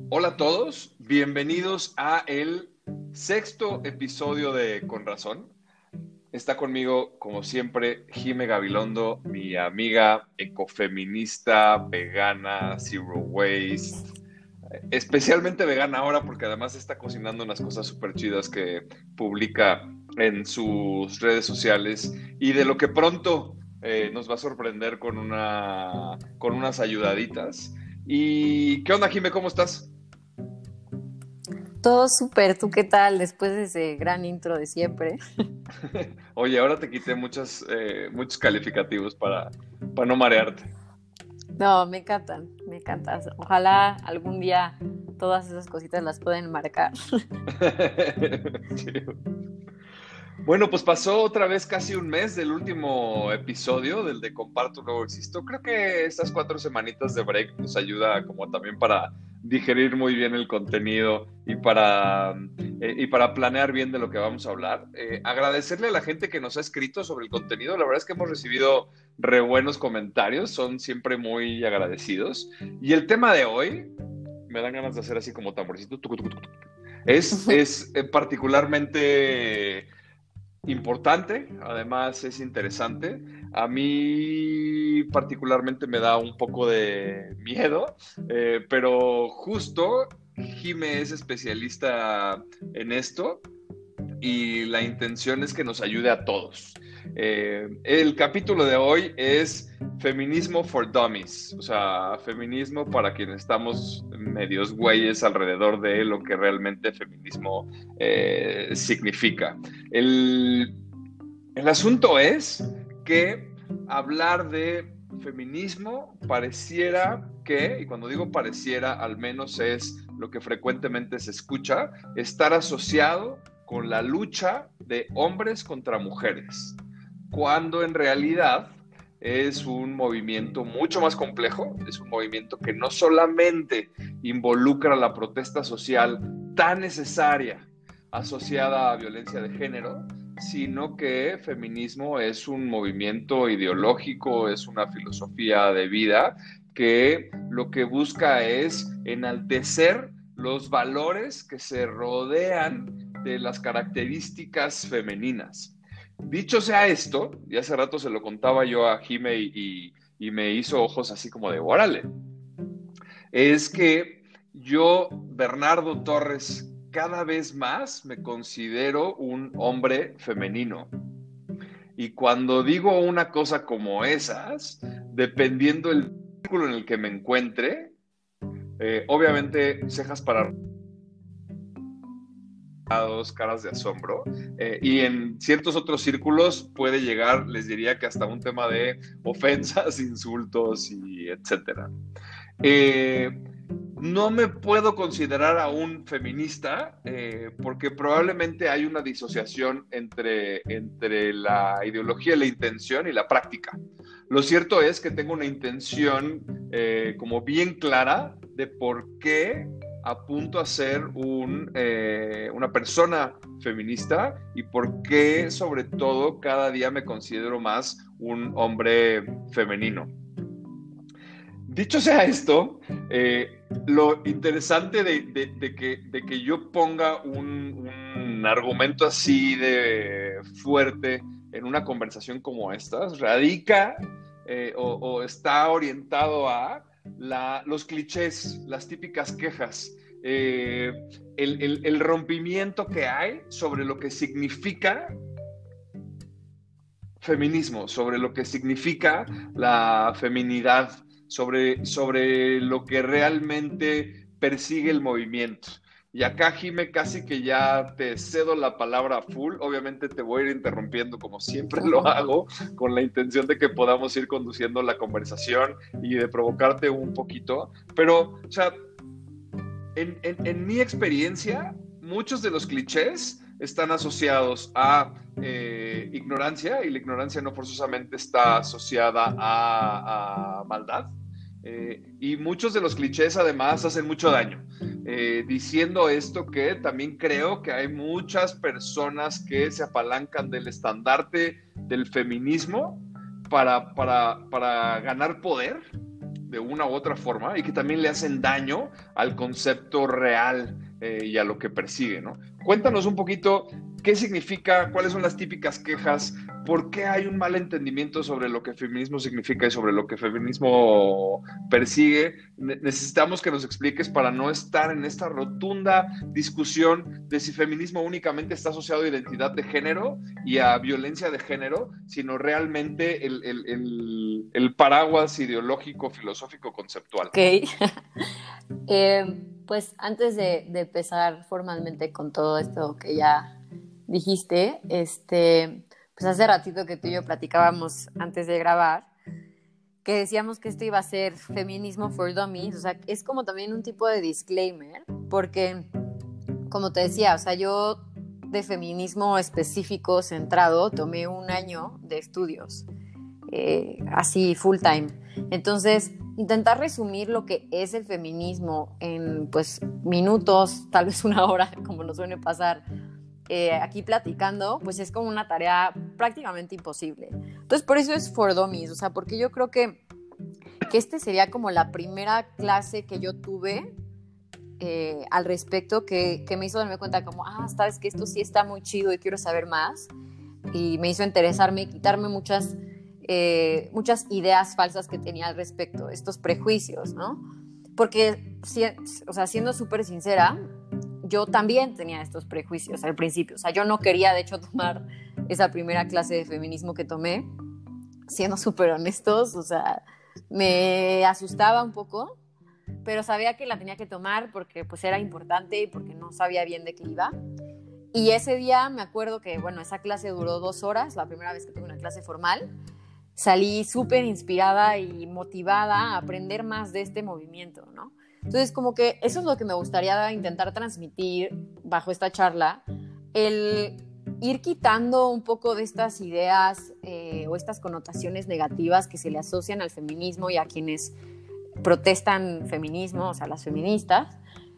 Hola a todos, bienvenidos a el sexto episodio de Con Razón. Está conmigo, como siempre, Jime Gabilondo, mi amiga ecofeminista, vegana, zero waste, especialmente vegana ahora porque además está cocinando unas cosas súper chidas que publica en sus redes sociales y de lo que pronto nos va a sorprender con unas ayudaditas. ¿Y qué onda, Jime? ¿Cómo estás? Todo súper, ¿tú qué tal? Después de ese gran intro de siempre. Oye, ahora te quité muchos calificativos para no marearte. No, me encantan, me encantan. Ojalá algún día todas esas cositas las pueden marcar. Chido. Bueno, pues pasó otra vez casi un mes del último episodio del de Comparto Luego Existo. Creo que estas 4 semanitas de break nos ayuda como también para digerir muy bien el contenido y para planear bien de lo que vamos a hablar. Agradecerle a la gente que nos ha escrito sobre el contenido. La verdad es que hemos recibido re buenos comentarios, son siempre muy agradecidos. Y el tema de hoy, me dan ganas de hacer así como tamborcito, es particularmente importante, además es interesante. A mí particularmente me da un poco de miedo, pero justo Jime es especialista en esto y la intención es que nos ayude a todos. El capítulo de hoy es Feminismo for Dummies, o sea, feminismo para quienes estamos medios güeyes alrededor de lo que realmente feminismo significa. El, el asunto es que hablar de feminismo pareciera que, y cuando digo pareciera, al menos es lo que frecuentemente se escucha, estar asociado con la lucha de hombres contra mujeres, cuando en realidad es un movimiento mucho más complejo, es un movimiento que no solamente involucra la protesta social tan necesaria asociada a violencia de género, sino que feminismo es un movimiento ideológico, es una filosofía de vida que lo que busca es enaltecer los valores que se rodean de las características femeninas. Dicho sea esto, y hace rato se lo contaba yo a Jime y me hizo ojos así como de órale, es que yo, Bernardo Torres, cada vez más me considero un hombre femenino. Y cuando digo una cosa como esas, dependiendo del círculo en el que me encuentre, obviamente cejas para caras de asombro, y en ciertos otros círculos puede llegar, les diría que hasta un tema de ofensas, insultos y etcétera. Eh, no me puedo considerar aún feminista porque probablemente hay una disociación entre la ideología, la intención y la práctica. Lo cierto es que tengo una intención como bien clara de por qué apunto a ser una persona feminista y por qué sobre todo cada día me considero más un hombre femenino. Dicho sea esto, lo interesante de que yo ponga un argumento así de fuerte en una conversación como esta radica o está orientado a los clichés, las típicas quejas, eh, el rompimiento que hay sobre lo que significa feminismo, sobre lo que significa la feminidad, sobre lo que realmente persigue el movimiento. Y acá, Jime, casi que ya te cedo la palabra full. Obviamente te voy a ir interrumpiendo como siempre lo hago, con la intención de que podamos ir conduciendo la conversación y de provocarte un poquito. Pero, o sea, en mi experiencia, muchos de los clichés están asociados a ignorancia y la ignorancia no forzosamente está asociada a maldad. Y muchos de los clichés además hacen mucho daño. Diciendo esto que también creo que hay muchas personas que se apalancan del estandarte del feminismo para ganar poder de una u otra forma y que también le hacen daño al concepto real y a lo que persigue, ¿no? Cuéntanos un poquito qué significa, cuáles son las típicas quejas, por qué hay un mal entendimiento sobre lo que feminismo significa y sobre lo que feminismo persigue. Necesitamos que nos expliques para no estar en esta rotunda discusión de si feminismo únicamente está asociado a identidad de género y a violencia de género, sino realmente el paraguas ideológico, filosófico, conceptual. Ok. Pues antes de empezar formalmente con todo esto que ya dijiste, pues hace ratito que tú y yo platicábamos antes de grabar, que decíamos que esto iba a ser feminismo for dummies, o sea, es como también un tipo de disclaimer, porque, como te decía, o sea, yo de feminismo específico, centrado, tomé un año de estudios, así full time. Entonces, intentar resumir lo que es el feminismo en, pues, minutos, tal vez una hora, como nos suele pasar aquí platicando, pues es como una tarea prácticamente imposible. Entonces, por eso es for dummies, o sea, porque yo creo que este sería como la primera clase que yo tuve al respecto que me hizo darme cuenta como, sabes que esto sí está muy chido y quiero saber más, y me hizo interesarme y quitarme muchas ideas falsas que tenía al respecto, estos prejuicios, ¿no? Porque, o sea, siendo súper sincera, yo también tenía estos prejuicios al principio, o sea, yo no quería de hecho tomar esa primera clase de feminismo que tomé, siendo súper honestos, o sea, me asustaba un poco, pero sabía que la tenía que tomar porque pues era importante y porque no sabía bien de qué iba. Y ese día me acuerdo que, bueno, esa clase duró 2 horas, la primera vez que tuve una clase formal. Salí súper inspirada y motivada a aprender más de este movimiento, ¿no? Entonces, como que eso es lo que me gustaría intentar transmitir bajo esta charla, el ir quitando un poco de estas ideas o estas connotaciones negativas que se le asocian al feminismo y a quienes protestan feminismo, o sea, las feministas,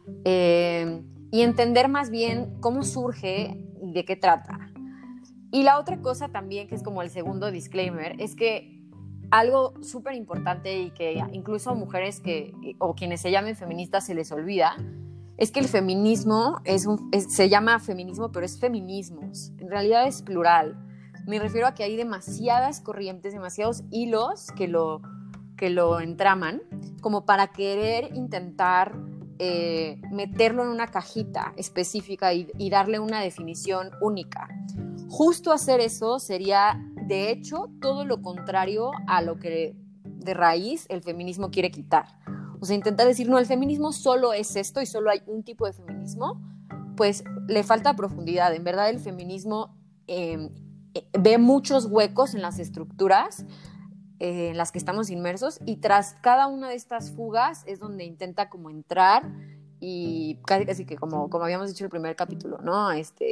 y entender más bien cómo surge y de qué trata. Y la otra cosa también, que es como el segundo disclaimer, es que algo súper importante y que incluso a mujeres o quienes se llamen feministas se les olvida, es que el feminismo se llama feminismo, pero es feminismos. En realidad es plural. Me refiero a que hay demasiadas corrientes, demasiados hilos que lo entraman, como para querer intentar meterlo en una cajita específica y darle una definición única. Justo hacer eso sería, de hecho, todo lo contrario a lo que de raíz el feminismo quiere quitar. O sea, intentar decir, no, el feminismo solo es esto y solo hay un tipo de feminismo, pues le falta profundidad. En verdad, el feminismo ve muchos huecos en las estructuras en las que estamos inmersos, y tras cada una de estas fugas es donde intenta como entrar y casi que como habíamos dicho en el primer capítulo, ¿no?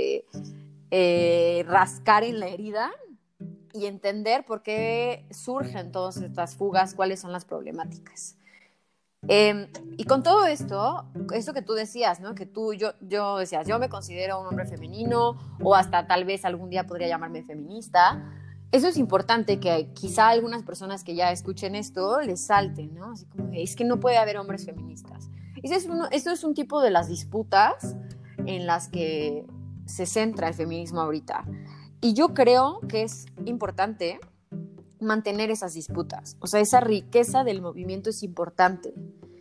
Rascar en la herida y entender por qué surgen todas estas fugas, cuáles son las problemáticas. Y con todo esto que tú decías, ¿no? Que yo decías, yo me considero un hombre femenino, o hasta tal vez algún día podría llamarme feminista. Eso es importante, que quizá algunas personas que ya escuchen esto les salten, ¿no? Así como, es que no puede haber hombres feministas. Esto es un tipo de las disputas en las que se centra el feminismo ahorita. Y yo creo que es importante mantener esas disputas. O sea, esa riqueza del movimiento es importante.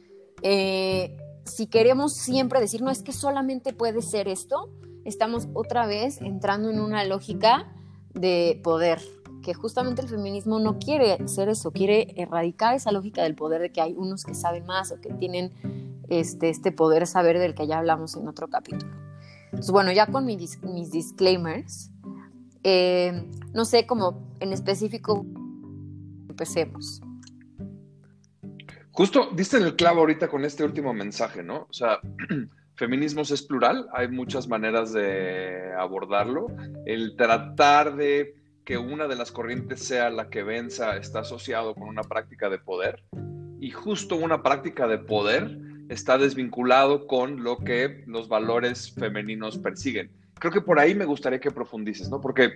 Si queremos siempre decir, no, es que solamente puede ser esto, estamos otra vez entrando en una lógica de poder, que justamente el feminismo no quiere ser eso, quiere erradicar esa lógica del poder, de que hay unos que saben más o que tienen este poder saber, del que ya hablamos en otro capítulo. Entonces, bueno, ya con mis disclaimers, no sé, como en específico, empecemos. Justo diste en el clavo ahorita con este último mensaje, ¿no? O sea, feminismos es plural, hay muchas maneras de abordarlo. El tratar de que una de las corrientes sea la que venza está asociado con una práctica de poder, y justo una práctica de poder está desvinculado con lo que los valores femeninos persiguen. Creo que por ahí me gustaría que profundices, ¿no? Porque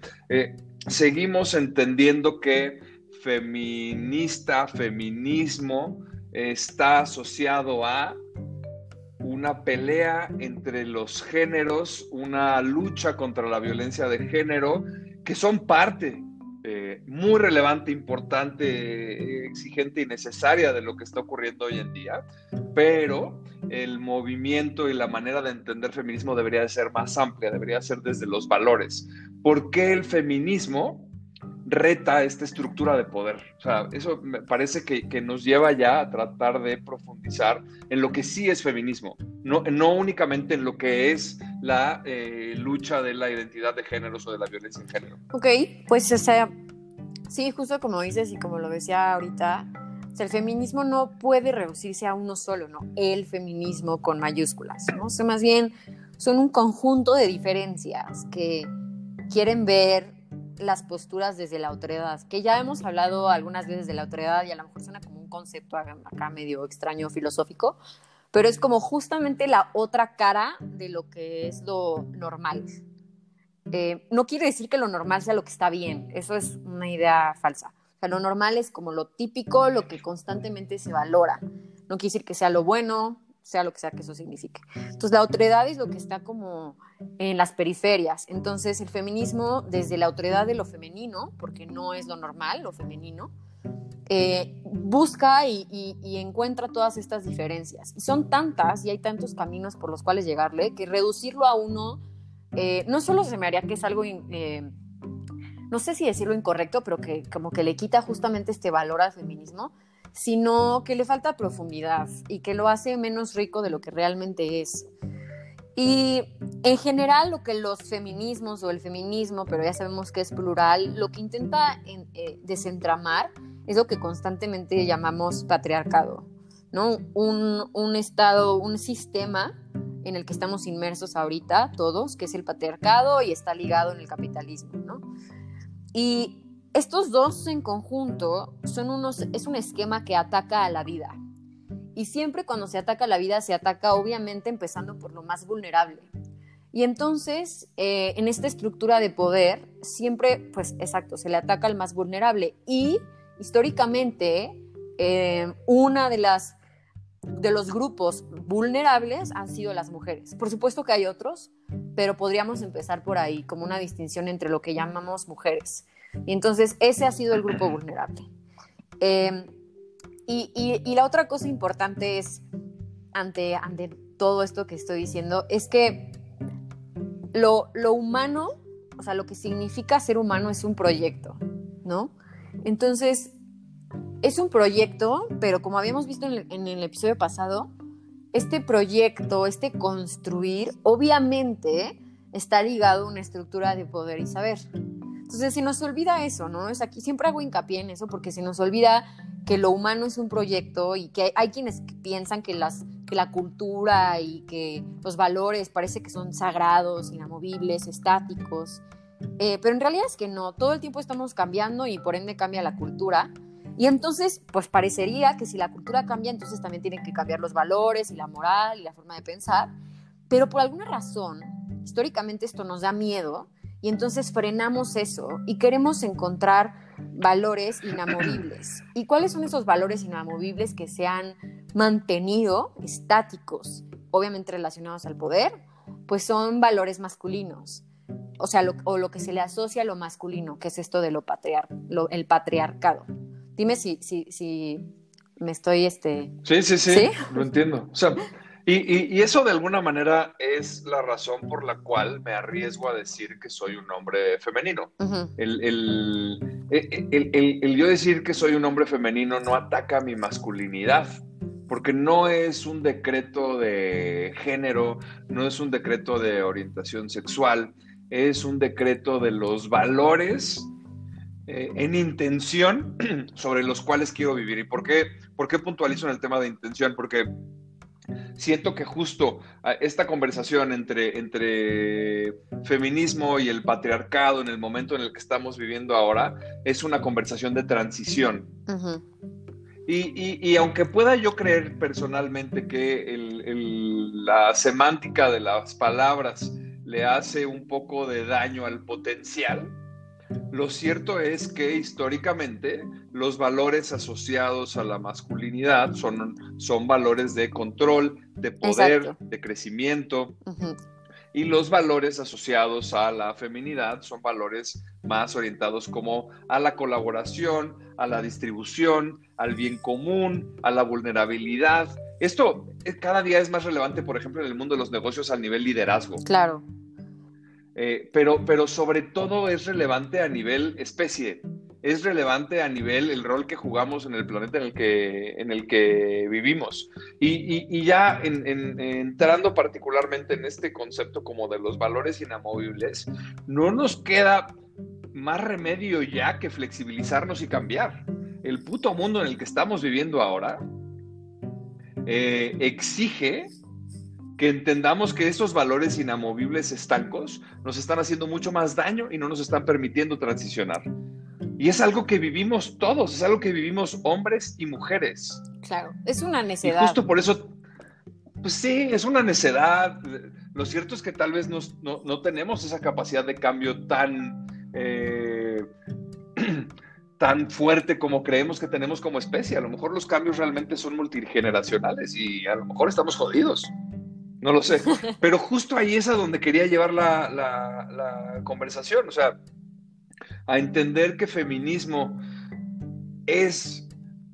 seguimos entendiendo que feminista, feminismo está asociado a una pelea entre los géneros, una lucha contra la violencia de género, que son parte muy relevante, importante, exigente y necesaria de lo que está ocurriendo hoy en día, pero el movimiento y la manera de entender feminismo debería de ser más amplia, debería ser desde los valores. ¿Por qué el feminismo reta esta estructura de poder? O sea, eso me parece que nos lleva ya a tratar de profundizar en lo que sí es feminismo, no únicamente en lo que es la lucha de la identidad de géneros o de la violencia en género. Ok, pues o sea, sí, justo como dices y como lo decía ahorita, o sea, el feminismo no puede reducirse a uno solo, ¿no? El feminismo con mayúsculas, ¿no? O sea, más bien son un conjunto de diferencias que quieren ver las posturas desde la otredad, que ya hemos hablado algunas veces de la otredad y a lo mejor suena como un concepto acá medio extraño, filosófico, pero es como justamente la otra cara de lo que es lo normal. No quiere decir que lo normal sea lo que está bien, eso es una idea falsa. O sea, lo normal es como lo típico, lo que constantemente se valora. No quiere decir que sea lo bueno, sea lo que sea que eso signifique. Entonces, la otredad es lo que está como en las periferias. Entonces, el feminismo, desde la otredad de lo femenino, porque no es lo normal, lo femenino, busca y encuentra todas estas diferencias. Y son tantas y hay tantos caminos por los cuales llegarle que reducirlo a uno no solo se me haría que es algo, no sé si decirlo incorrecto, pero que como que le quita justamente este valor al feminismo, sino que le falta profundidad y que lo hace menos rico de lo que realmente es. Y en general lo que los feminismos o el feminismo, pero ya sabemos que es plural, lo que intenta desentramar es lo que constantemente llamamos patriarcado, ¿no? Un estado, un sistema en el que estamos inmersos ahorita todos, que es el patriarcado y está ligado en el capitalismo, ¿no? Y estos dos en conjunto es un esquema que ataca a la vida. Y siempre cuando se ataca a la vida, se ataca obviamente empezando por lo más vulnerable. Y entonces, en esta estructura de poder, siempre, pues exacto, se le ataca al más vulnerable. Y históricamente, una de los grupos vulnerables han sido las mujeres. Por supuesto que hay otros, pero podríamos empezar por ahí, como una distinción entre lo que llamamos mujeres. Y entonces ese ha sido el grupo vulnerable. Y la otra cosa importante es, ante todo esto que estoy diciendo, es que lo humano, o sea, lo que significa ser humano es un proyecto, ¿no? Entonces, es un proyecto, pero como habíamos visto en el episodio pasado, este proyecto, este construir, obviamente está ligado a una estructura de poder y saber. Entonces se nos olvida eso, ¿no? Es aquí siempre hago hincapié en eso porque se nos olvida que lo humano es un proyecto y que hay quienes piensan que la cultura y que los valores parece que son sagrados, inamovibles, estáticos, pero en realidad es que no, todo el tiempo estamos cambiando y por ende cambia la cultura. Y entonces, pues parecería que si la cultura cambia, entonces también tienen que cambiar los valores y la moral y la forma de pensar, pero por alguna razón, históricamente esto nos da miedo y entonces frenamos eso y queremos encontrar valores inamovibles. ¿Y cuáles son esos valores inamovibles que se han mantenido estáticos, obviamente relacionados al poder? Pues son valores masculinos, o sea, lo que se le asocia a lo masculino, que es esto de el patriarcado. Dime si me estoy... Sí, lo entiendo. O sea, y eso de alguna manera es la razón por la cual me arriesgo a decir que soy un hombre femenino. Uh-huh. El yo decir que soy un hombre femenino no ataca mi masculinidad, porque no es un decreto de género, no es un decreto de orientación sexual, es un decreto de los valores en intención sobre los cuales quiero vivir. ¿Y por qué puntualizo en el tema de intención? Porque siento que justo esta conversación entre feminismo y el patriarcado en el momento en el que estamos viviendo ahora es una conversación de transición. Uh-huh. Y aunque pueda yo creer personalmente que la semántica de las palabras le hace un poco de daño al potencial, Lo cierto es que históricamente los valores asociados a la masculinidad son valores de control, de poder, Exacto. de crecimiento, Ujú. y los valores asociados a la feminidad son valores más orientados como a la colaboración, a la distribución, al bien común, a la vulnerabilidad. Esto cada día es más relevante, por ejemplo, en el mundo de los negocios al nivel liderazgo. Claro. Pero sobre todo es relevante a nivel especie, es relevante a nivel el rol que jugamos en el planeta en el que vivimos. Y ya entrando particularmente en este concepto como de los valores inamovibles, no nos queda más remedio ya que flexibilizarnos y cambiar. El puto mundo en el que estamos viviendo ahora exige que entendamos que esos valores inamovibles estancos nos están haciendo mucho más daño y no nos están permitiendo transicionar. Y es algo que vivimos todos, es algo que vivimos hombres y mujeres. Claro, es una Y necedad. justo por eso, pues sí, es una necedad. Lo cierto es que tal vez no tenemos esa capacidad de cambio tan fuerte como creemos que tenemos como especie. A lo mejor los cambios realmente son multigeneracionales y a lo mejor estamos jodidos. No lo sé, pero justo ahí es a donde quería llevar la conversación, o sea, a entender que feminismo es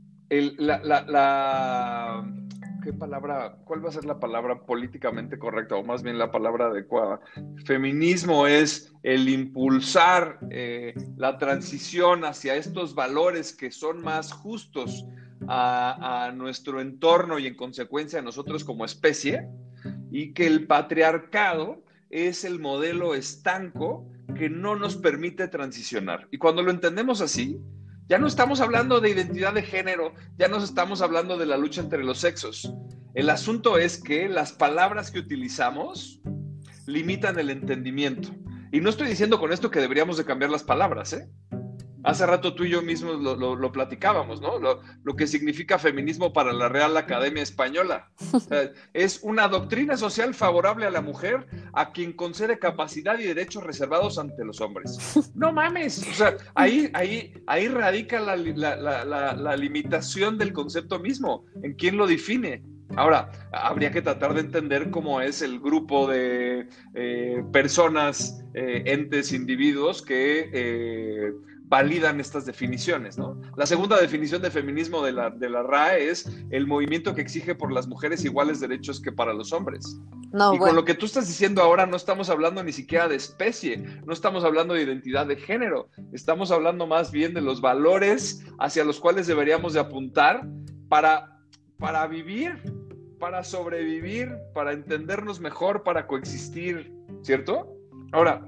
¿qué palabra? ¿Cuál va a ser la palabra políticamente correcta o más bien la palabra adecuada? Feminismo es el impulsar la transición hacia estos valores que son más justos a nuestro entorno y en consecuencia a nosotros como especie, y que el patriarcado es el modelo estanco que no nos permite transicionar. Y cuando lo entendemos así, ya no estamos hablando de identidad de género, ya no estamos hablando de la lucha entre los sexos. El asunto es que las palabras que utilizamos limitan el entendimiento. Y no estoy diciendo con esto que deberíamos de cambiar las palabras, ¿eh? Hace rato tú y yo mismos lo platicábamos, ¿no? Lo que significa feminismo para la Real Academia Española. O sea, es una doctrina social favorable a la mujer a quien concede capacidad y derechos reservados ante los hombres. No mames, o sea, ahí radica la limitación del concepto mismo, en quién lo define. Ahora, habría que tratar de entender cómo es el grupo de personas, entes, individuos que validan estas definiciones, ¿no? La segunda definición de feminismo de la RAE es el movimiento que exige por las mujeres iguales derechos que para los hombres. No, Y con bueno. lo que tú estás diciendo ahora no estamos hablando ni siquiera de especie, no estamos hablando de identidad de género, estamos hablando más bien de los valores hacia los cuales deberíamos de apuntar para vivir, para sobrevivir, para entendernos mejor, para coexistir, ¿cierto? Ahora,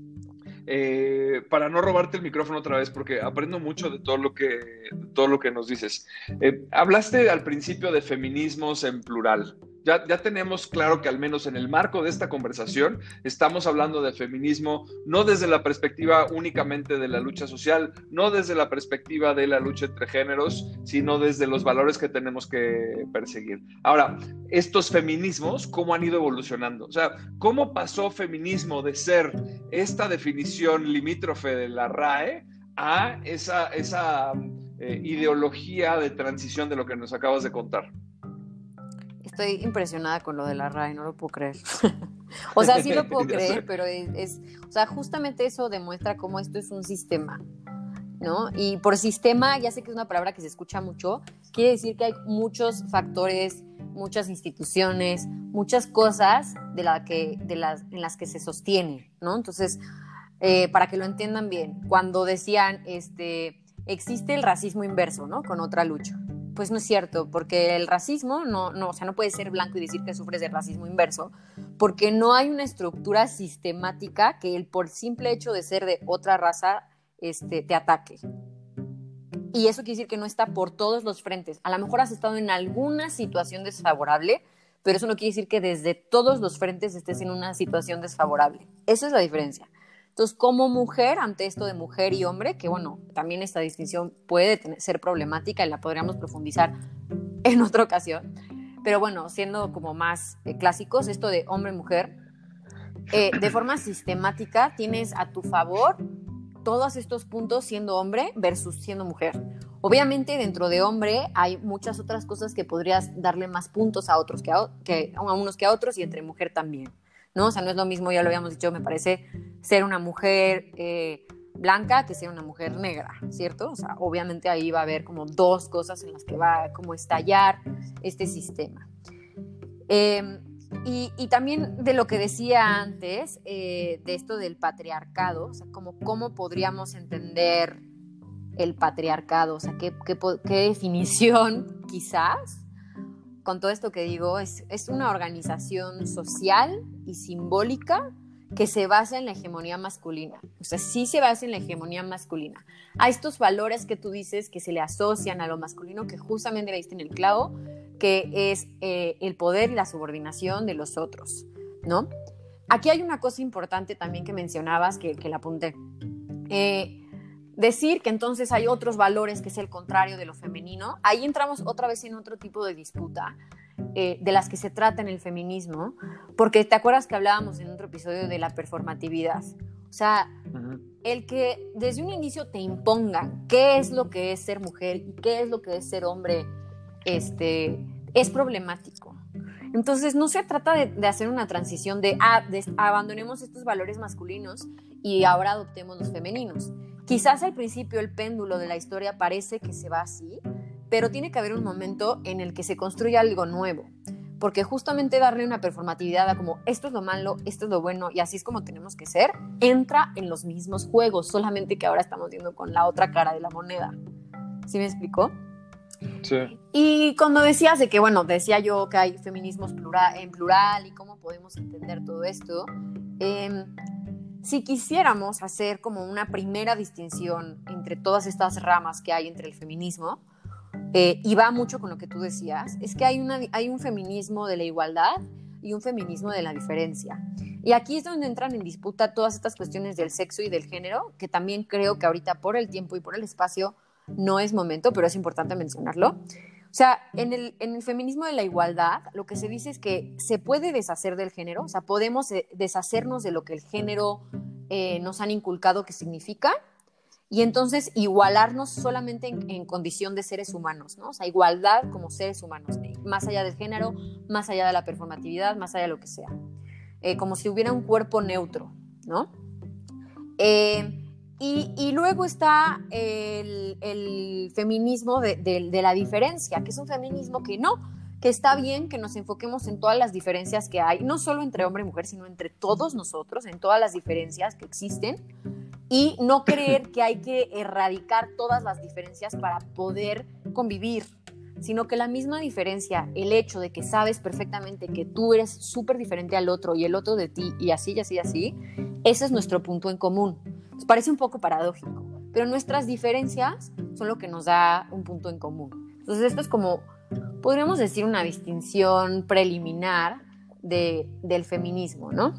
para no robarte el micrófono otra vez, porque aprendo mucho de todo lo que nos dices. Hablaste al principio de feminismos en plural. Ya tenemos claro que al menos en el marco de esta conversación estamos hablando de feminismo no desde la perspectiva únicamente de la lucha social, no desde la perspectiva de la lucha entre géneros, sino desde los valores que tenemos que perseguir. Ahora, estos feminismos, ¿cómo han ido evolucionando? O sea, ¿cómo pasó feminismo de ser esta definición limítrofe de la RAE a esa ideología de transición de lo que nos acabas de contar? Estoy impresionada con lo de la RAE, no lo puedo creer. O sea, sí lo puedo creer, pero o sea, justamente eso demuestra cómo esto es un sistema, ¿no? Y por sistema, ya sé que es una palabra que se escucha mucho, quiere decir que hay muchos factores, muchas instituciones, muchas cosas en las que se sostiene, ¿no? Entonces, para que lo entiendan bien, cuando decían, existe el racismo inverso, ¿no? Con otra lucha. Pues no es cierto, porque el racismo o sea, no puede ser blanco y decir que sufres de racismo inverso, porque no hay una estructura sistemática que el por simple hecho de ser de otra raza te ataque. Y eso quiere decir que no está por todos los frentes. A lo mejor has estado en alguna situación desfavorable, pero eso no quiere decir que desde todos los frentes estés en una situación desfavorable. Esa es la diferencia. Entonces, como mujer, ante esto de mujer y hombre, que bueno, también esta distinción puede ser problemática y la podríamos profundizar en otra ocasión, pero bueno, siendo como más clásicos, esto de hombre-mujer, de forma sistemática tienes a tu favor todos estos puntos siendo hombre versus siendo mujer. Obviamente dentro de hombre hay muchas otras cosas que podrías darle más puntos a otros a unos que a otros, y entre mujer también, ¿no? O sea, no es lo mismo, ya lo habíamos dicho, me parece, ser una mujer blanca que ser una mujer negra, ¿cierto? O sea, obviamente ahí va a haber como dos cosas en las que va a como estallar este sistema. Y también de lo que decía antes, de esto del patriarcado, o sea, como cómo podríamos entender el patriarcado, o sea, qué definición quizás, con todo esto que digo, es una organización social y simbólica que se basa en la hegemonía masculina. O sea, sí se basa en la hegemonía masculina. A estos valores que tú dices que se le asocian a lo masculino, que justamente le diste en el clavo, que es el poder y la subordinación de los otros, ¿no? Aquí hay una cosa importante también que mencionabas, que la apunté. Decir que entonces hay otros valores que es el contrario de lo femenino, ahí entramos otra vez en otro tipo de disputa de las que se trata en el feminismo, porque te acuerdas que hablábamos en otro episodio de la performatividad. O sea, el que desde un inicio te impongan qué es lo que es ser mujer y qué es lo que es ser hombre, es problemático. Entonces no se trata de hacer una transición de abandonemos estos valores masculinos y ahora adoptemos los femeninos. Quizás al principio el péndulo de la historia parece que se va así, pero tiene que haber un momento en el que se construya algo nuevo, porque justamente darle una performatividad a como esto es lo malo, esto es lo bueno y así es como tenemos que ser, entra en los mismos juegos, solamente que ahora estamos viendo con la otra cara de la moneda. ¿Sí me explicó? Sí. Y cuando decías de que, bueno, decía yo que hay feminismos en plural y cómo podemos entender todo esto, si quisiéramos hacer como una primera distinción entre todas estas ramas que hay entre el feminismo, y va mucho con lo que tú decías, es que hay un feminismo de la igualdad y un feminismo de la diferencia. Y aquí es donde entran en disputa todas estas cuestiones del sexo y del género, que también creo que ahorita por el tiempo y por el espacio no es momento, pero es importante mencionarlo. O sea, en el feminismo de la igualdad, lo que se dice es que se puede deshacer del género, o sea, podemos deshacernos de lo que el género nos han inculcado que significa, y entonces igualarnos solamente en condición de seres humanos, ¿no? O sea, igualdad como seres humanos, más allá del género, más allá de la performatividad, más allá de lo que sea. Como si hubiera un cuerpo neutro, ¿no? Y luego está el feminismo de la diferencia, que es un feminismo que está bien que nos enfoquemos en todas las diferencias que hay, no solo entre hombre y mujer, sino entre todos nosotros, en todas las diferencias que existen, y no creer que hay que erradicar todas las diferencias para poder convivir, sino que la misma diferencia, el hecho de que sabes perfectamente que tú eres súper diferente al otro y el otro de ti, y así, y así, y así, ese es nuestro punto en común. Nos parece un poco paradójico, pero nuestras diferencias son lo que nos da un punto en común. Entonces esto es como, podríamos decir, una distinción preliminar del feminismo, ¿no?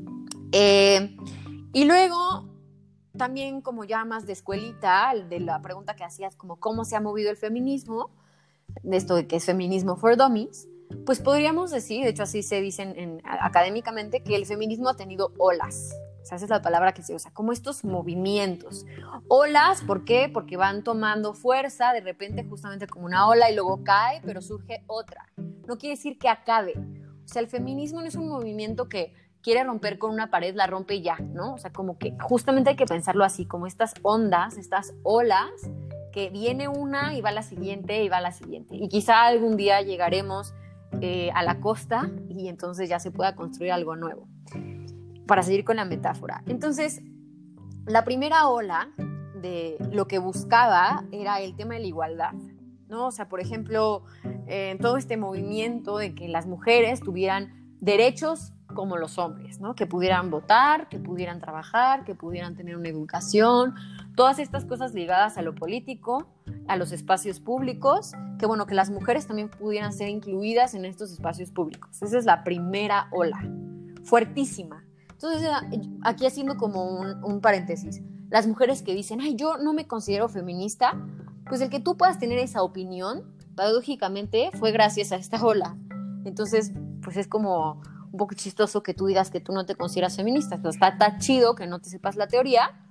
Y luego, también como ya más de escuelita, de la pregunta que hacías, como cómo se ha movido el feminismo, de esto de que es feminismo for dummies, pues podríamos decir, de hecho así se dicen académicamente, que el feminismo ha tenido olas. O sea, esa es la palabra que se usa, como estos movimientos. Olas, ¿por qué? Porque van tomando fuerza, de repente justamente como una ola y luego cae, pero surge otra. No quiere decir que acabe. O sea, el feminismo no es un movimiento que quiere romper con una pared, la rompe y ya, ¿no? O sea, como que justamente hay que pensarlo así, como estas ondas, estas olas, que viene una y va la siguiente y va la siguiente. Y quizá algún día llegaremos a la costa y entonces ya se pueda construir algo nuevo. Para seguir con la metáfora. Entonces, la primera ola de lo que buscaba era el tema de la igualdad, ¿no? O sea, por ejemplo, todo este movimiento de que las mujeres tuvieran derechos como los hombres, ¿no? Que pudieran votar, que pudieran trabajar, que pudieran tener una educación, todas estas cosas ligadas a lo político, a los espacios públicos, que bueno, que las mujeres también pudieran ser incluidas en estos espacios públicos. Esa es la primera ola, fuertísima. Entonces, aquí haciendo como un paréntesis, las mujeres que dicen, ay, yo no me considero feminista, pues el que tú puedas tener esa opinión, paradójicamente, fue gracias a esta ola. Entonces, pues es como un poco chistoso que tú digas que tú no te consideras feminista. Entonces, está chido que no te sepas la teoría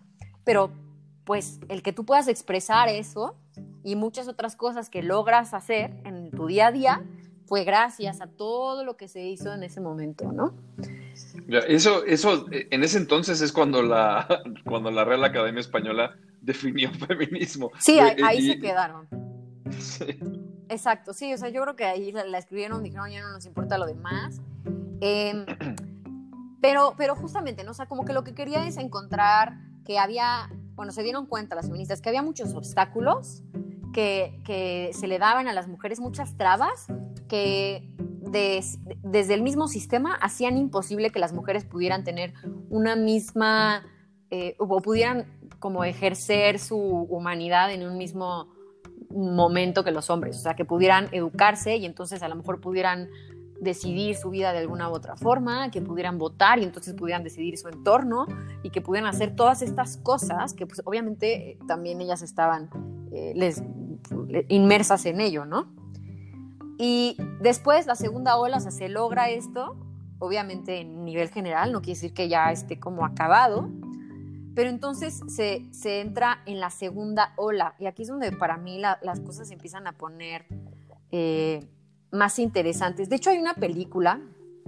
pero pues el que tú puedas expresar eso y muchas otras cosas que logras hacer en tu día a día fue gracias a todo lo que se hizo en ese momento, ¿no? Ya, eso, en ese entonces es cuando cuando la Real Academia Española definió feminismo. Sí, ahí se quedaron. Sí. Exacto, sí, o sea, yo creo que ahí la escribieron, dijeron, ya no nos importa lo demás. Eh, pero justamente, ¿no? O sea, como que lo que quería es encontrar que había, bueno, se dieron cuenta las feministas que había muchos obstáculos que se le daban a las mujeres, muchas trabas que desde el mismo sistema hacían imposible que las mujeres pudieran tener una misma, o pudieran como ejercer su humanidad en un mismo momento que los hombres, o sea, que pudieran educarse y entonces a lo mejor pudieran decidir su vida de alguna u otra forma, que pudieran votar y entonces pudieran decidir su entorno y que pudieran hacer todas estas cosas que pues obviamente también ellas estaban inmersas en ello, ¿no? Y después la segunda ola, o sea, se logra esto, obviamente en nivel general, no quiere decir que ya esté como acabado, pero entonces se entra en la segunda ola y aquí es donde para mí las cosas se empiezan a poner más interesantes. De hecho, hay una película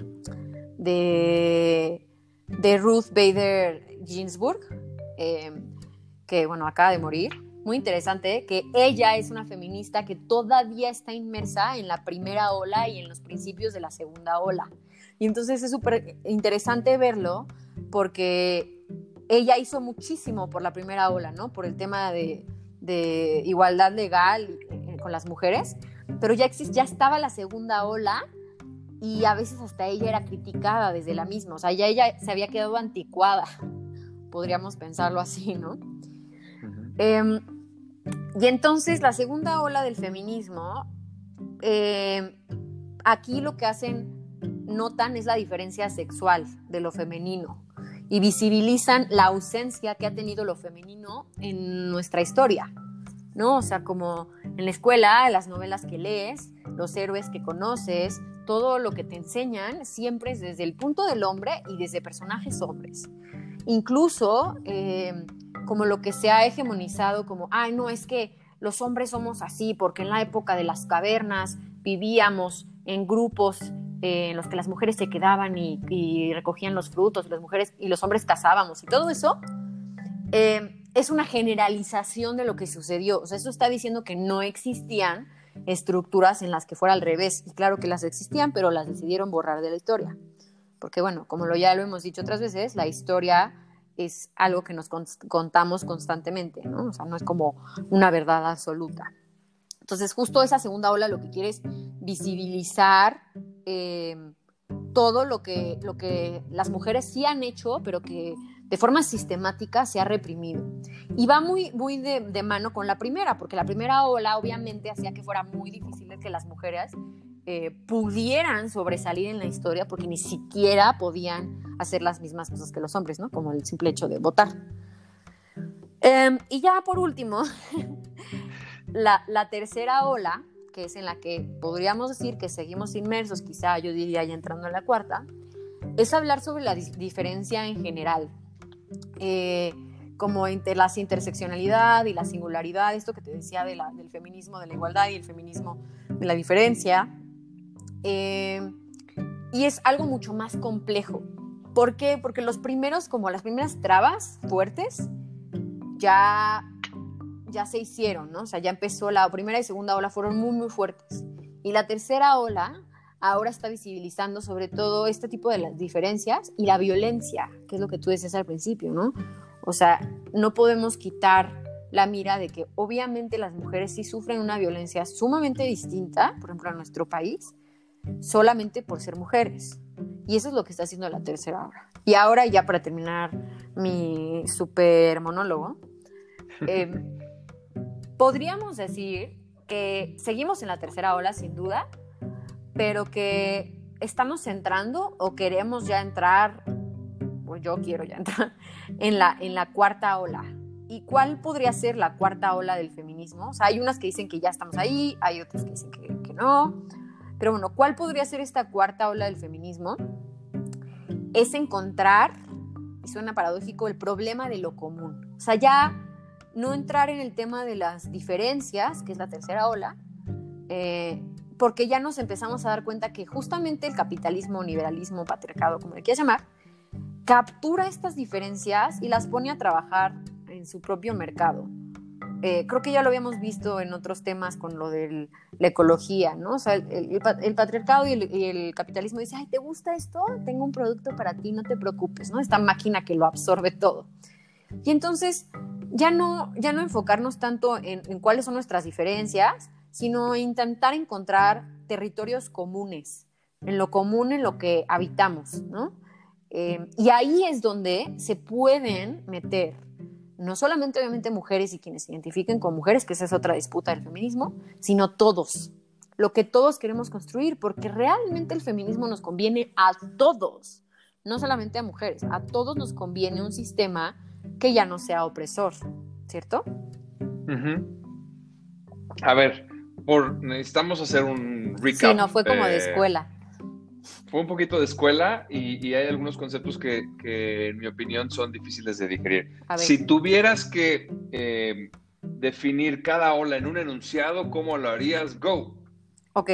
de Ruth Bader Ginsburg, que, bueno, acaba de morir, muy interesante, que ella es una feminista que todavía está inmersa en la primera ola y en los principios de la segunda ola. Y entonces es súper interesante verlo porque ella hizo muchísimo por la primera ola, ¿no? Por el tema de igualdad legal con las mujeres, pero ya estaba la segunda ola y a veces hasta ella era criticada desde la misma, o sea, ya ella se había quedado anticuada, podríamos pensarlo así, ¿no? Uh-huh. Y entonces la segunda ola del feminismo, aquí lo que notan es la diferencia sexual de lo femenino y visibilizan la ausencia que ha tenido lo femenino en nuestra historia, ¿no? O sea, como en la escuela, las novelas que lees, los héroes que conoces, todo lo que te enseñan siempre es desde el punto del hombre y desde personajes hombres. Incluso como lo que se ha hegemonizado como, ay, no, es que los hombres somos así porque en la época de las cavernas vivíamos en grupos en los que las mujeres se quedaban y recogían los frutos, las mujeres y los hombres cazábamos y todo eso es una generalización de lo que sucedió. O sea, eso está diciendo que no existían estructuras en las que fuera al revés. Y claro que las existían, pero las decidieron borrar de la historia. Porque bueno, como ya lo hemos dicho otras veces, la historia es algo que nos contamos constantemente, ¿no? O sea, no es como una verdad absoluta. Entonces, justo esa segunda ola lo que quiere es visibilizar todo lo que las mujeres sí han hecho, pero que de forma sistemática se ha reprimido. Y va muy, muy de mano con la primera, porque la primera ola obviamente hacía que fuera muy difícil que las mujeres pudieran sobresalir en la historia, porque ni siquiera podían hacer las mismas cosas que los hombres, ¿no? Como el simple hecho de votar. Y ya por último, la tercera ola, que es en la que podríamos decir que seguimos inmersos, quizá yo diría ya entrando en la cuarta, es hablar sobre la diferencia en general, como la interseccionalidad y la singularidad, esto que te decía del feminismo de la igualdad y el feminismo de la diferencia, y es algo mucho más complejo. ¿Por qué? Porque las primeras trabas fuertes ya se hicieron, ¿no? O sea, ya empezó la primera y segunda ola, fueron muy, muy fuertes. Y la tercera ola ahora está visibilizando sobre todo este tipo de las diferencias y la violencia, que es lo que tú decías al principio, ¿no? O sea, no podemos quitar la mira de que obviamente las mujeres sí sufren una violencia sumamente distinta, por ejemplo, en nuestro país, solamente por ser mujeres. Y eso es lo que está haciendo la tercera ola. Y ahora, ya para terminar mi super monólogo, podríamos decir que seguimos en la tercera ola, sin duda, pero que estamos entrando o queremos ya entrar, pues yo quiero ya entrar, en la cuarta ola. ¿Y cuál podría ser la cuarta ola del feminismo? O sea, hay unas que dicen que ya estamos ahí, hay otras que dicen que no. Pero bueno, ¿cuál podría ser esta cuarta ola del feminismo? Es encontrar, y suena paradójico, el problema de lo común. O sea, ya no entrar en el tema de las diferencias, que es la tercera ola, porque ya nos empezamos a dar cuenta que justamente el capitalismo, liberalismo, patriarcado, como le quieras llamar, captura estas diferencias y las pone a trabajar en su propio mercado. Creo que ya lo habíamos visto en otros temas con lo de la ecología, ¿no? O sea, el patriarcado y el capitalismo dice, ay, ¿te gusta esto? Tengo un producto para ti, no te preocupes, ¿no? Esta máquina que lo absorbe todo. Y entonces ya no enfocarnos tanto en cuáles son nuestras diferencias, sino intentar encontrar territorios comunes, en lo común, en lo que habitamos, ¿no? Y ahí es donde se pueden meter no solamente obviamente mujeres y quienes se identifiquen con mujeres, que esa es otra disputa del feminismo, sino todos, lo que todos queremos construir, porque realmente el feminismo nos conviene a todos, no solamente a mujeres, a todos nos conviene un sistema que ya no sea opresor, ¿cierto? A ver, necesitamos hacer un recap. Sí, no, fue como de escuela. Fue un poquito de escuela y hay algunos conceptos que en mi opinión son difíciles de digerir. Si tuvieras que definir cada ola en un enunciado, ¿cómo lo harías? Go. Ok.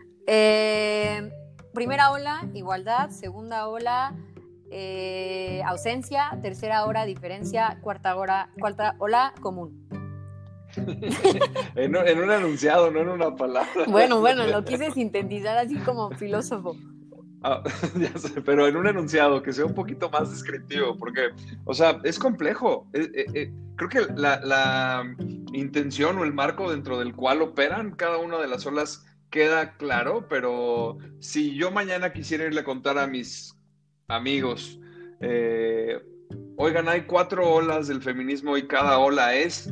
Primera ola, igualdad. Segunda ola, ausencia. Tercera ola, diferencia. Cuarta ola, común. en un enunciado, no en una palabra. Bueno, lo quise sintetizar así como filósofo. Ya sé, pero en un enunciado que sea un poquito más descriptivo, porque, o sea, es complejo. Creo que la intención o el marco dentro del cual operan cada una de las olas queda claro, pero si yo mañana quisiera irle a contar a mis amigos, oigan, hay 4 olas del feminismo y cada ola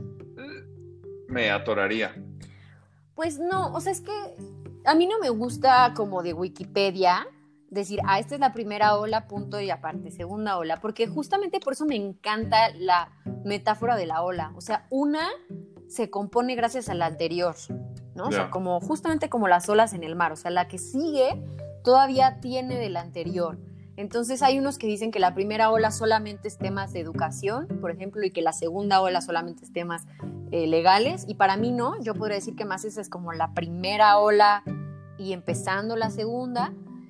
me atoraría. Pues no, o sea, es que a mí no me gusta como de Wikipedia decir, esta es la primera ola, punto y aparte, segunda ola, porque justamente por eso me encanta la metáfora de la ola. O sea, una se compone gracias a la anterior, ¿no? O sea, como justamente como las olas en el mar, o sea, la que sigue todavía tiene de la anterior. Entonces hay unos que dicen que la primera ola solamente es temas de educación, por ejemplo, y que la segunda ola solamente es temas legales, y para mí no, yo podría decir que más esa es como la primera ola y empezando la segunda,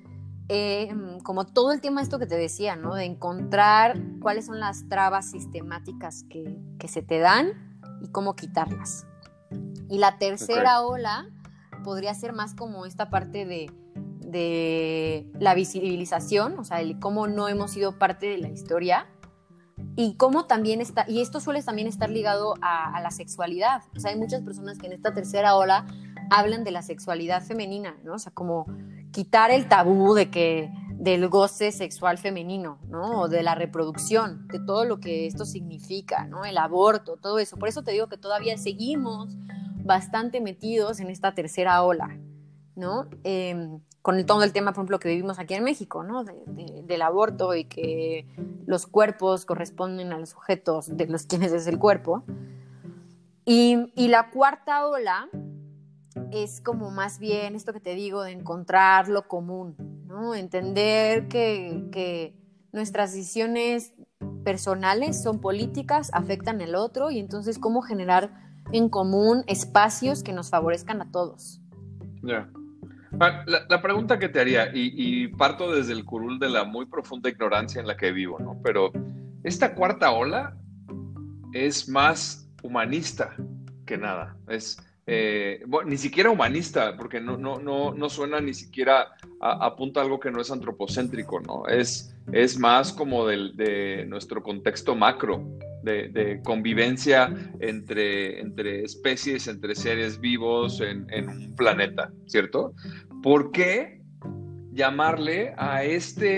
como todo el tema esto que te decía, ¿no? De encontrar cuáles son las trabas sistemáticas que se te dan y cómo quitarlas. Y la tercera ola podría ser más como esta parte de la visibilización, o sea, el cómo no hemos sido parte de la historia y cómo también está, y esto suele también estar ligado a la sexualidad. O sea, hay muchas personas que en esta tercera ola hablan de la sexualidad femenina, ¿no? O sea, como quitar el tabú del goce sexual femenino, ¿no? O de la reproducción, de todo lo que esto significa, ¿no? El aborto, todo eso. Por eso te digo que todavía seguimos bastante metidos en esta tercera ola, ¿no? Con todo el tema, por ejemplo, que vivimos aquí en México, ¿no? Del aborto y que los cuerpos corresponden a los sujetos de los quienes es el cuerpo. Y la cuarta ola es como más bien esto que te digo de encontrar lo común, ¿no? Entender que nuestras decisiones personales son políticas, afectan al otro y entonces cómo generar en común espacios que nos favorezcan a todos. Ya. La pregunta que te haría, y parto desde el curul de la muy profunda ignorancia en la que vivo, ¿no? Pero esta cuarta ola es más humanista que nada. Bueno, ni siquiera humanista, porque no suena ni siquiera apunta a algo que no es antropocéntrico, ¿no? Es más como de nuestro contexto macro, de convivencia entre especies, entre seres vivos en un planeta, ¿cierto? ¿Por qué llamarle a esta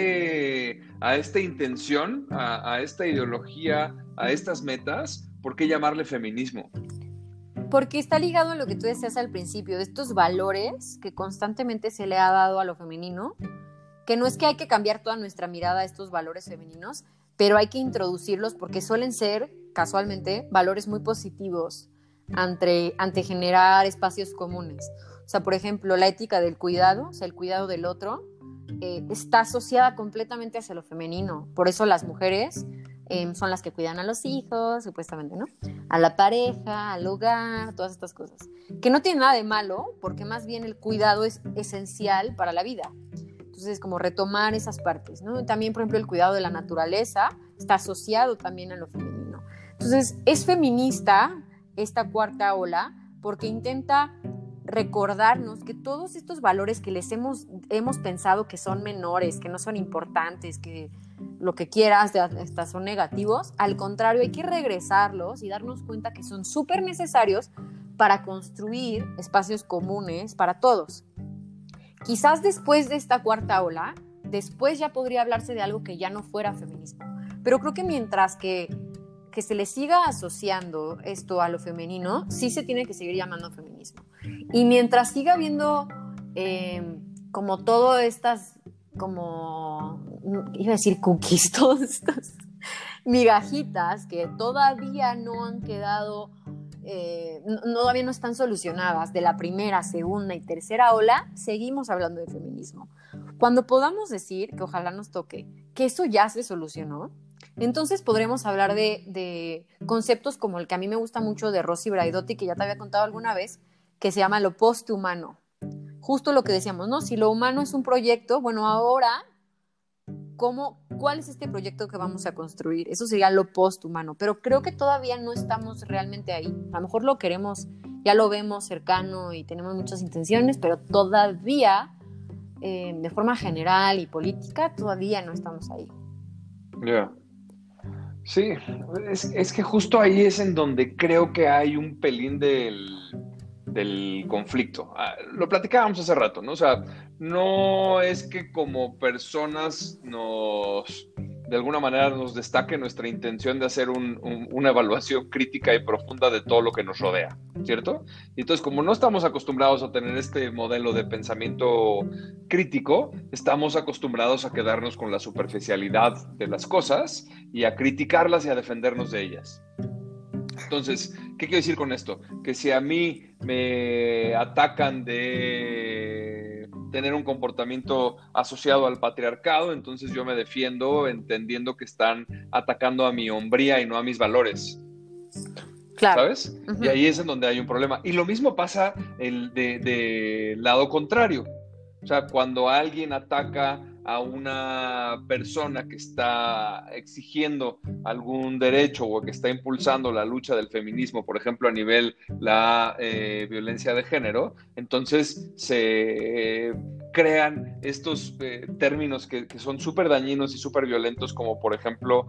intención, a esta ideología, a estas metas, por qué llamarle feminismo? Porque está ligado a lo que tú decías al principio, de estos valores que constantemente se le ha dado a lo femenino, que no es que hay que cambiar toda nuestra mirada a estos valores femeninos, pero hay que introducirlos porque suelen ser, casualmente, valores muy positivos ante generar espacios comunes. O sea, por ejemplo, la ética del cuidado, o sea, el cuidado del otro, está asociada completamente hacia lo femenino. Por eso las mujeres son las que cuidan a los hijos, supuestamente, ¿no? A la pareja, al hogar, todas estas cosas. Que no tiene nada de malo, porque más bien el cuidado es esencial para la vida. Entonces, como retomar esas partes, ¿no? También, por ejemplo, el cuidado de la naturaleza está asociado también a lo femenino. Entonces, es feminista esta cuarta ola porque intenta recordarnos que todos estos valores que les hemos pensado que son menores, que no son importantes, que lo que quieras, hasta son negativos, al contrario, hay que regresarlos y darnos cuenta que son súper necesarios para construir espacios comunes para todos. Quizás después de esta cuarta ola, después ya podría hablarse de algo que ya no fuera feminismo. Pero creo que mientras que se le siga asociando esto a lo femenino, sí se tiene que seguir llamando feminismo. Y mientras siga habiendo como todas estas, como, iba a decir cookies, todas estas migajitas que todavía no han quedado, todavía no están solucionadas de la primera, segunda y tercera ola, seguimos hablando de feminismo. Cuando podamos decir, que ojalá nos toque, que eso ya se solucionó, entonces podremos hablar de conceptos como el que a mí me gusta mucho de Rosy Braidotti, que ya te había contado alguna vez, que se llama lo posthumano. Justo lo que decíamos, ¿no? Si lo humano es un proyecto, bueno, ahora, ¿cuál es este proyecto que vamos a construir? Eso sería lo posthumano, pero creo que todavía no estamos realmente ahí. A lo mejor lo queremos, ya lo vemos cercano y tenemos muchas intenciones, pero todavía, de forma general y política, todavía no estamos ahí. Ya. Yeah. Sí, es que justo ahí es en donde creo que hay un pelín del conflicto. Lo platicábamos hace rato, ¿no? O sea, no es que como personas de alguna manera nos destaque nuestra intención de hacer una evaluación crítica y profunda de todo lo que nos rodea, ¿cierto? Y entonces, como no estamos acostumbrados a tener este modelo de pensamiento crítico, estamos acostumbrados a quedarnos con la superficialidad de las cosas y a criticarlas y a defendernos de ellas. Entonces, ¿qué quiero decir con esto? Que si a mí me atacan de tener un comportamiento asociado al patriarcado, entonces yo me defiendo entendiendo que están atacando a mi hombría y no a mis valores. Claro. ¿Sabes? Uh-huh. Y ahí es en donde hay un problema. Y lo mismo pasa del lado contrario. O sea, cuando alguien ataca a una persona que está exigiendo algún derecho o que está impulsando la lucha del feminismo, por ejemplo, a nivel la violencia de género, entonces se crean estos términos que son súper dañinos y súper violentos, como por ejemplo,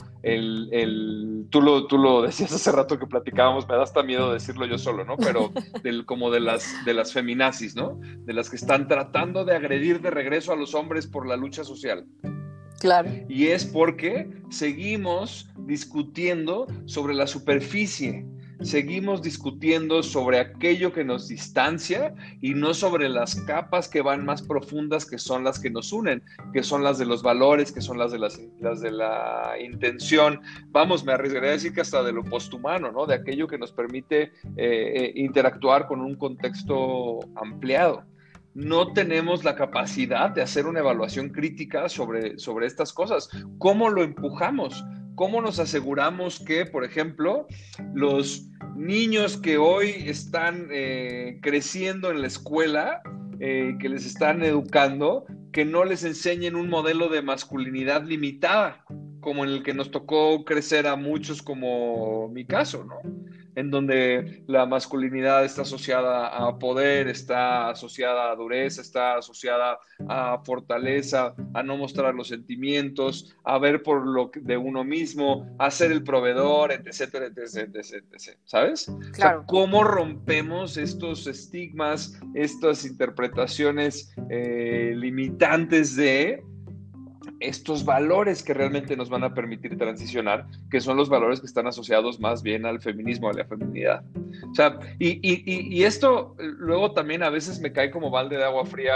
tú lo decías hace rato que platicábamos, me da hasta miedo decirlo yo solo, ¿no? Pero como de las feminazis, ¿no? De las que están tratando de agredir de regreso a los hombres por la lucha social. Claro. Y es porque seguimos discutiendo sobre la superficie, seguimos discutiendo sobre aquello que nos distancia y no sobre las capas que van más profundas, que son las que nos unen, que son las de los valores, que son las de la intención. Vamos, me arriesgaría a decir que hasta de lo posthumano, ¿no? De aquello que nos permite interactuar con un contexto ampliado. No tenemos la capacidad de hacer una evaluación crítica sobre estas cosas. ¿Cómo lo empujamos? ¿Cómo nos aseguramos que, por ejemplo, los niños que hoy están creciendo en la escuela, que les están educando, que no les enseñen un modelo de masculinidad limitada, como en el que nos tocó crecer a muchos, como mi caso, ¿no? En donde la masculinidad está asociada a poder, está asociada a dureza, está asociada a fortaleza, a no mostrar los sentimientos, a ver por lo de uno mismo, a ser el proveedor, etc, ¿sabes? Claro. O sea, ¿cómo rompemos estos estigmas, estas interpretaciones limitantes de estos valores que realmente nos van a permitir transicionar, que son los valores que están asociados más bien al feminismo, a la feminidad? O sea, y esto luego también a veces me cae como balde de agua fría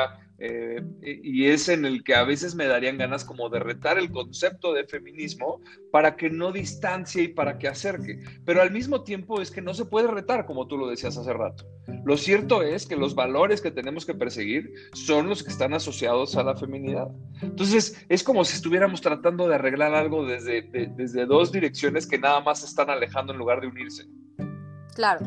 y es en el que a veces me darían ganas como de retar el concepto de feminismo para que no distancie y para que acerque. Pero al mismo tiempo es que no se puede retar, como tú lo decías hace rato. Lo cierto es que los valores que tenemos que perseguir son los que están asociados a la feminidad. Entonces, es como si estuviéramos tratando de arreglar algo desde dos direcciones que nada más se están alejando en lugar de unirse. Claro.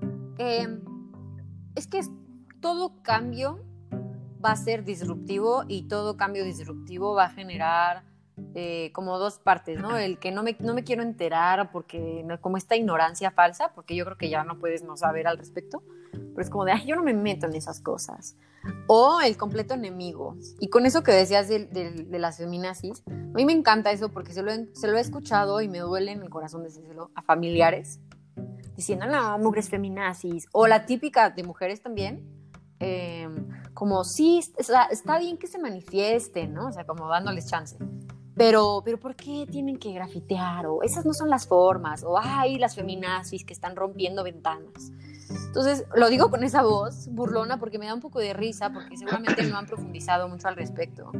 Es que todo cambio va a ser disruptivo y todo cambio disruptivo va a generar como dos partes, ¿no? El que no me quiero enterar porque como esta ignorancia falsa, porque yo creo que ya no puedes no saber al respecto, pero es como de, ay, yo no me meto en esas cosas. O el completo enemigo. Y con eso que decías de las feminazis, a mí me encanta eso porque se lo he escuchado y me duele en el corazón decírselo a familiares diciendo, no, mujeres feminazis. O la típica de mujeres también, como, sí, está bien que se manifiesten, ¿no? O sea, como dándoles chance. Pero ¿por qué tienen que grafitear? O esas no son las formas. O, ay, las feminazis que están rompiendo ventanas. Entonces, lo digo con esa voz burlona porque me da un poco de risa, porque seguramente no han profundizado mucho al respecto.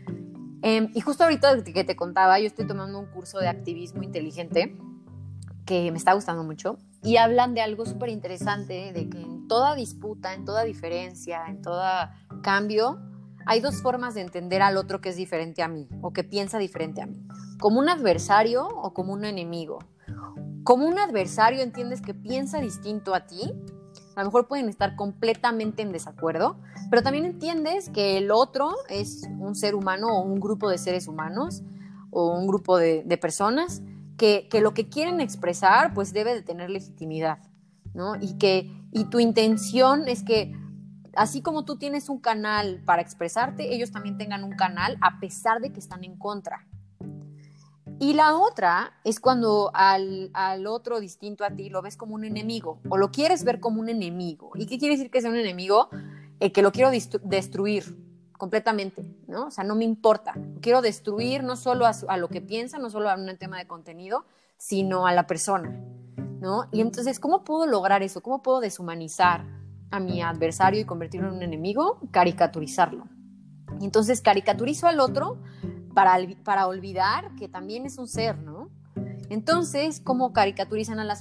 Y justo ahorita que te contaba, yo estoy tomando un curso de activismo inteligente que me está gustando mucho, y hablan de algo súper interesante, de que en toda disputa, en toda diferencia, en todo cambio, hay dos formas de entender al otro que es diferente a mí, o que piensa diferente a mí, como un adversario o como un enemigo. Como un adversario entiendes que piensa distinto a ti, a lo mejor pueden estar completamente en desacuerdo, pero también entiendes que el otro es un ser humano o un grupo de seres humanos o un grupo de personas que lo que quieren expresar pues debe de tener legitimidad, ¿no? Y tu intención es que así como tú tienes un canal para expresarte, ellos también tengan un canal a pesar de que están en contra. Y la otra es cuando al otro distinto a ti lo ves como un enemigo o lo quieres ver como un enemigo. ¿Y qué quiere decir que sea un enemigo? Que lo quiero destruir completamente, ¿no? O sea, no me importa. Lo quiero destruir no solo a lo que piensa, no solo a un tema de contenido, sino a la persona, ¿no? Y entonces, ¿cómo puedo lograr eso? ¿Cómo puedo deshumanizar a mi adversario y convertirlo en un enemigo? Caricaturizarlo. Y entonces caricaturizo al otro para olvidar que también es un ser, ¿no? Entonces, ¿cómo caricaturizan a las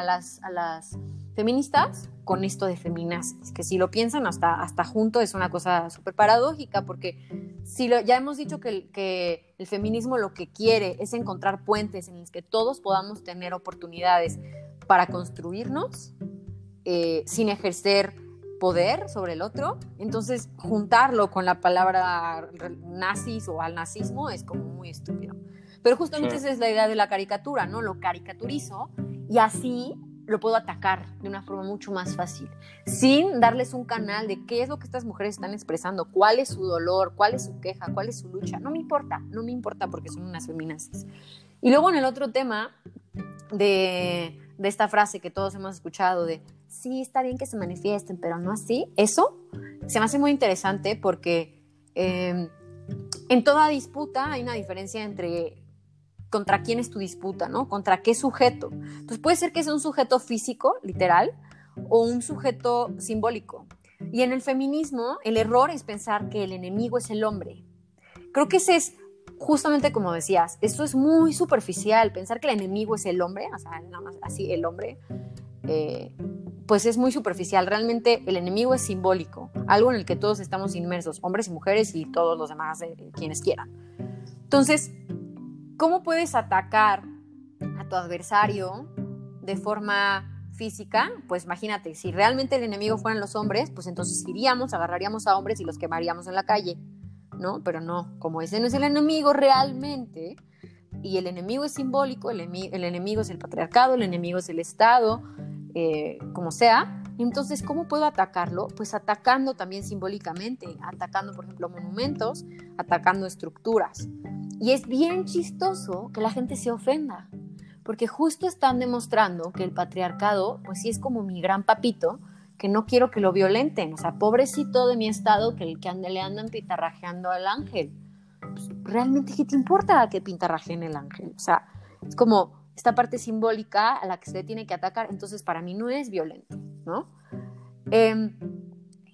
feministas? Con esto de feminazis, que si lo piensan hasta junto es una cosa súper paradójica, porque ya hemos dicho que el feminismo lo que quiere es encontrar puentes en los que todos podamos tener oportunidades para construirnos sin ejercer poder sobre el otro, entonces juntarlo con la palabra nazis o al nazismo es como muy estúpido. Pero justamente esa es la idea de la caricatura, ¿no? Lo caricaturizo y así lo puedo atacar de una forma mucho más fácil, sin darles un canal de qué es lo que estas mujeres están expresando, cuál es su dolor, cuál es su queja, cuál es su lucha. No me importa porque son unas feminazis. Y luego en el otro tema de esta frase que todos hemos escuchado de sí, está bien que se manifiesten, pero no así, eso se me hace muy interesante porque en toda disputa hay una diferencia entre contra quién es tu disputa, ¿no? Contra qué sujeto. Entonces puede ser que sea un sujeto físico, literal, o un sujeto simbólico. Y en el feminismo, el error es pensar que el enemigo es el hombre. Creo que ese es justamente como decías, esto es muy superficial, pensar que el enemigo es el hombre, o sea, nada más así el hombre, pues es muy superficial. Realmente el enemigo es simbólico, algo en el que todos estamos inmersos, hombres y mujeres y todos los demás, quienes quieran. Entonces, ¿cómo puedes atacar a tu adversario de forma física? Pues imagínate, si realmente el enemigo fueran los hombres, pues entonces agarraríamos a hombres y los quemaríamos en la calle, ¿no? Pero no, como ese no es el enemigo realmente, y el enemigo es simbólico, el enemigo es el patriarcado, el enemigo es el Estado, como sea. Entonces, ¿cómo puedo atacarlo? Pues atacando también simbólicamente, atacando, por ejemplo, monumentos, atacando estructuras. Y es bien chistoso que la gente se ofenda, porque justo están demostrando que el patriarcado, pues sí es como mi gran papito, que no quiero que lo violenten. O sea, pobrecito de mi estado, que le andan pintarrajeando al ángel. Pues, ¿realmente qué te importa que pintarrajeen el ángel? O sea, es como esta parte simbólica a la que se le tiene que atacar. Entonces, para mí no es violento, ¿no?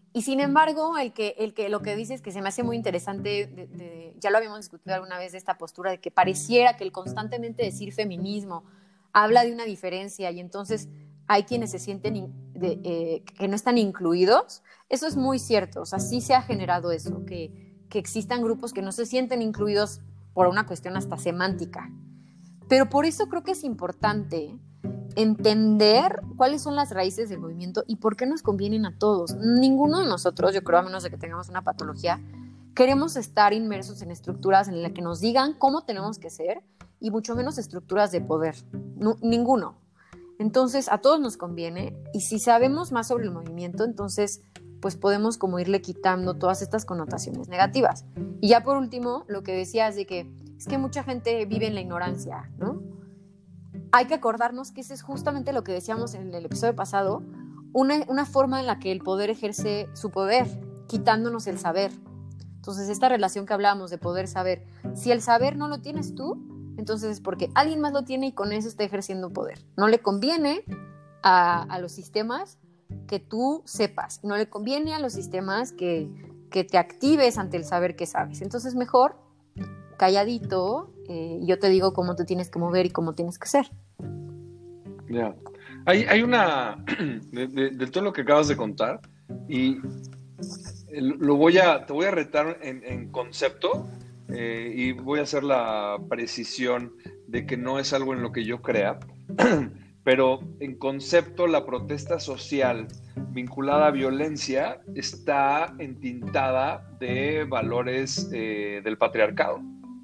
Y sin embargo, lo que dices que se me hace muy interesante, ya lo habíamos discutido alguna vez, de esta postura de que pareciera que el constantemente decir feminismo habla de una diferencia y entonces hay quienes se sienten que no están incluidos. Eso es muy cierto, o sea, sí se ha generado eso, que existan grupos que no se sienten incluidos por una cuestión hasta semántica. Pero por eso creo que es importante entender cuáles son las raíces del movimiento y por qué nos convienen a todos. Ninguno de nosotros, yo creo, a menos de que tengamos una patología, queremos estar inmersos en estructuras en las que nos digan cómo tenemos que ser y mucho menos estructuras de poder. No, ninguno. Entonces, a todos nos conviene y si sabemos más sobre el movimiento, entonces pues podemos como irle quitando todas estas connotaciones negativas. Y ya por último, lo que decías de que es que mucha gente vive en la ignorancia, ¿no? Hay que acordarnos que ese es justamente lo que decíamos en el episodio pasado, una forma en la que el poder ejerce su poder, quitándonos el saber. Entonces, esta relación que hablábamos de poder saber, si el saber no lo tienes tú, entonces es porque alguien más lo tiene y con eso está ejerciendo poder. No le conviene a los sistemas que tú sepas, no le conviene a los sistemas que te actives ante el saber que sabes. Entonces, mejor calladito, yo te digo cómo te tienes que mover y cómo tienes que ser. Ya. Hay una de todo lo que acabas de contar y te voy a retar en concepto y voy a hacer la precisión de que no es algo en lo que yo crea, pero en concepto la protesta social vinculada a violencia está entintada de valores del patriarcado.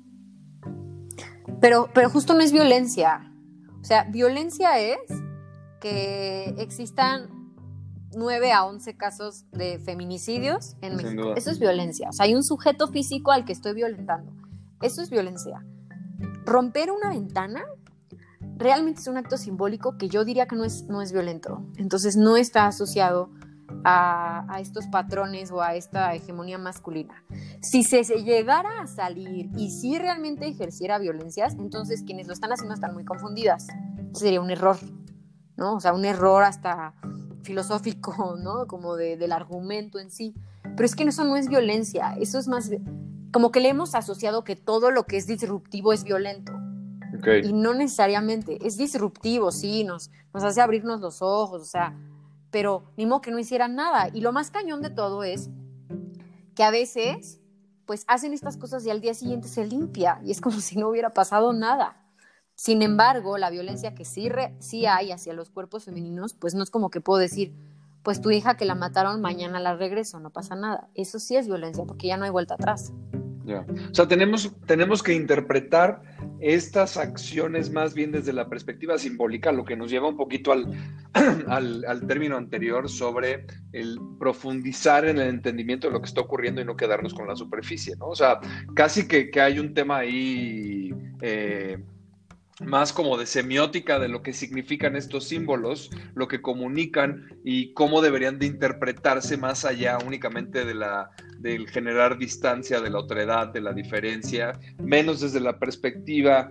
Pero justo no es violencia. O sea, violencia es que existan 9 a 11 casos de feminicidios en México. Eso es violencia. O sea, hay un sujeto físico al que estoy violentando. Eso es violencia. Romper una ventana realmente es un acto simbólico que yo diría que no es violento. Entonces no está asociado a estos patrones o a esta hegemonía masculina. Si se llegara a salir y si realmente ejerciera violencias, entonces quienes lo están haciendo están muy confundidas. Sería un error, ¿no? O sea, un error hasta filosófico, ¿no? Como del argumento en sí. Pero es que eso no es violencia, eso es más como que le hemos asociado que todo lo que es disruptivo es violento. Okay. Y no necesariamente, es disruptivo, sí, nos hace abrirnos los ojos, o sea, pero ni modo que no hicieran nada. Y lo más cañón de todo es que a veces, pues hacen estas cosas y al día siguiente se limpia, y es como si no hubiera pasado nada. Sin embargo, la violencia que sí hay hacia los cuerpos femeninos, pues no es como que puedo decir, pues tu hija que la mataron, mañana la regreso, no pasa nada. Eso sí es violencia, porque ya no hay vuelta atrás. Yeah. O sea, tenemos que interpretar estas acciones más bien desde la perspectiva simbólica, lo que nos lleva un poquito al término anterior sobre el profundizar en el entendimiento de lo que está ocurriendo y no quedarnos con la superficie, ¿no? O sea, casi que hay un tema ahí más como de semiótica de lo que significan estos símbolos, lo que comunican y cómo deberían de interpretarse más allá únicamente del generar distancia, de la otredad, de la diferencia, menos desde la perspectiva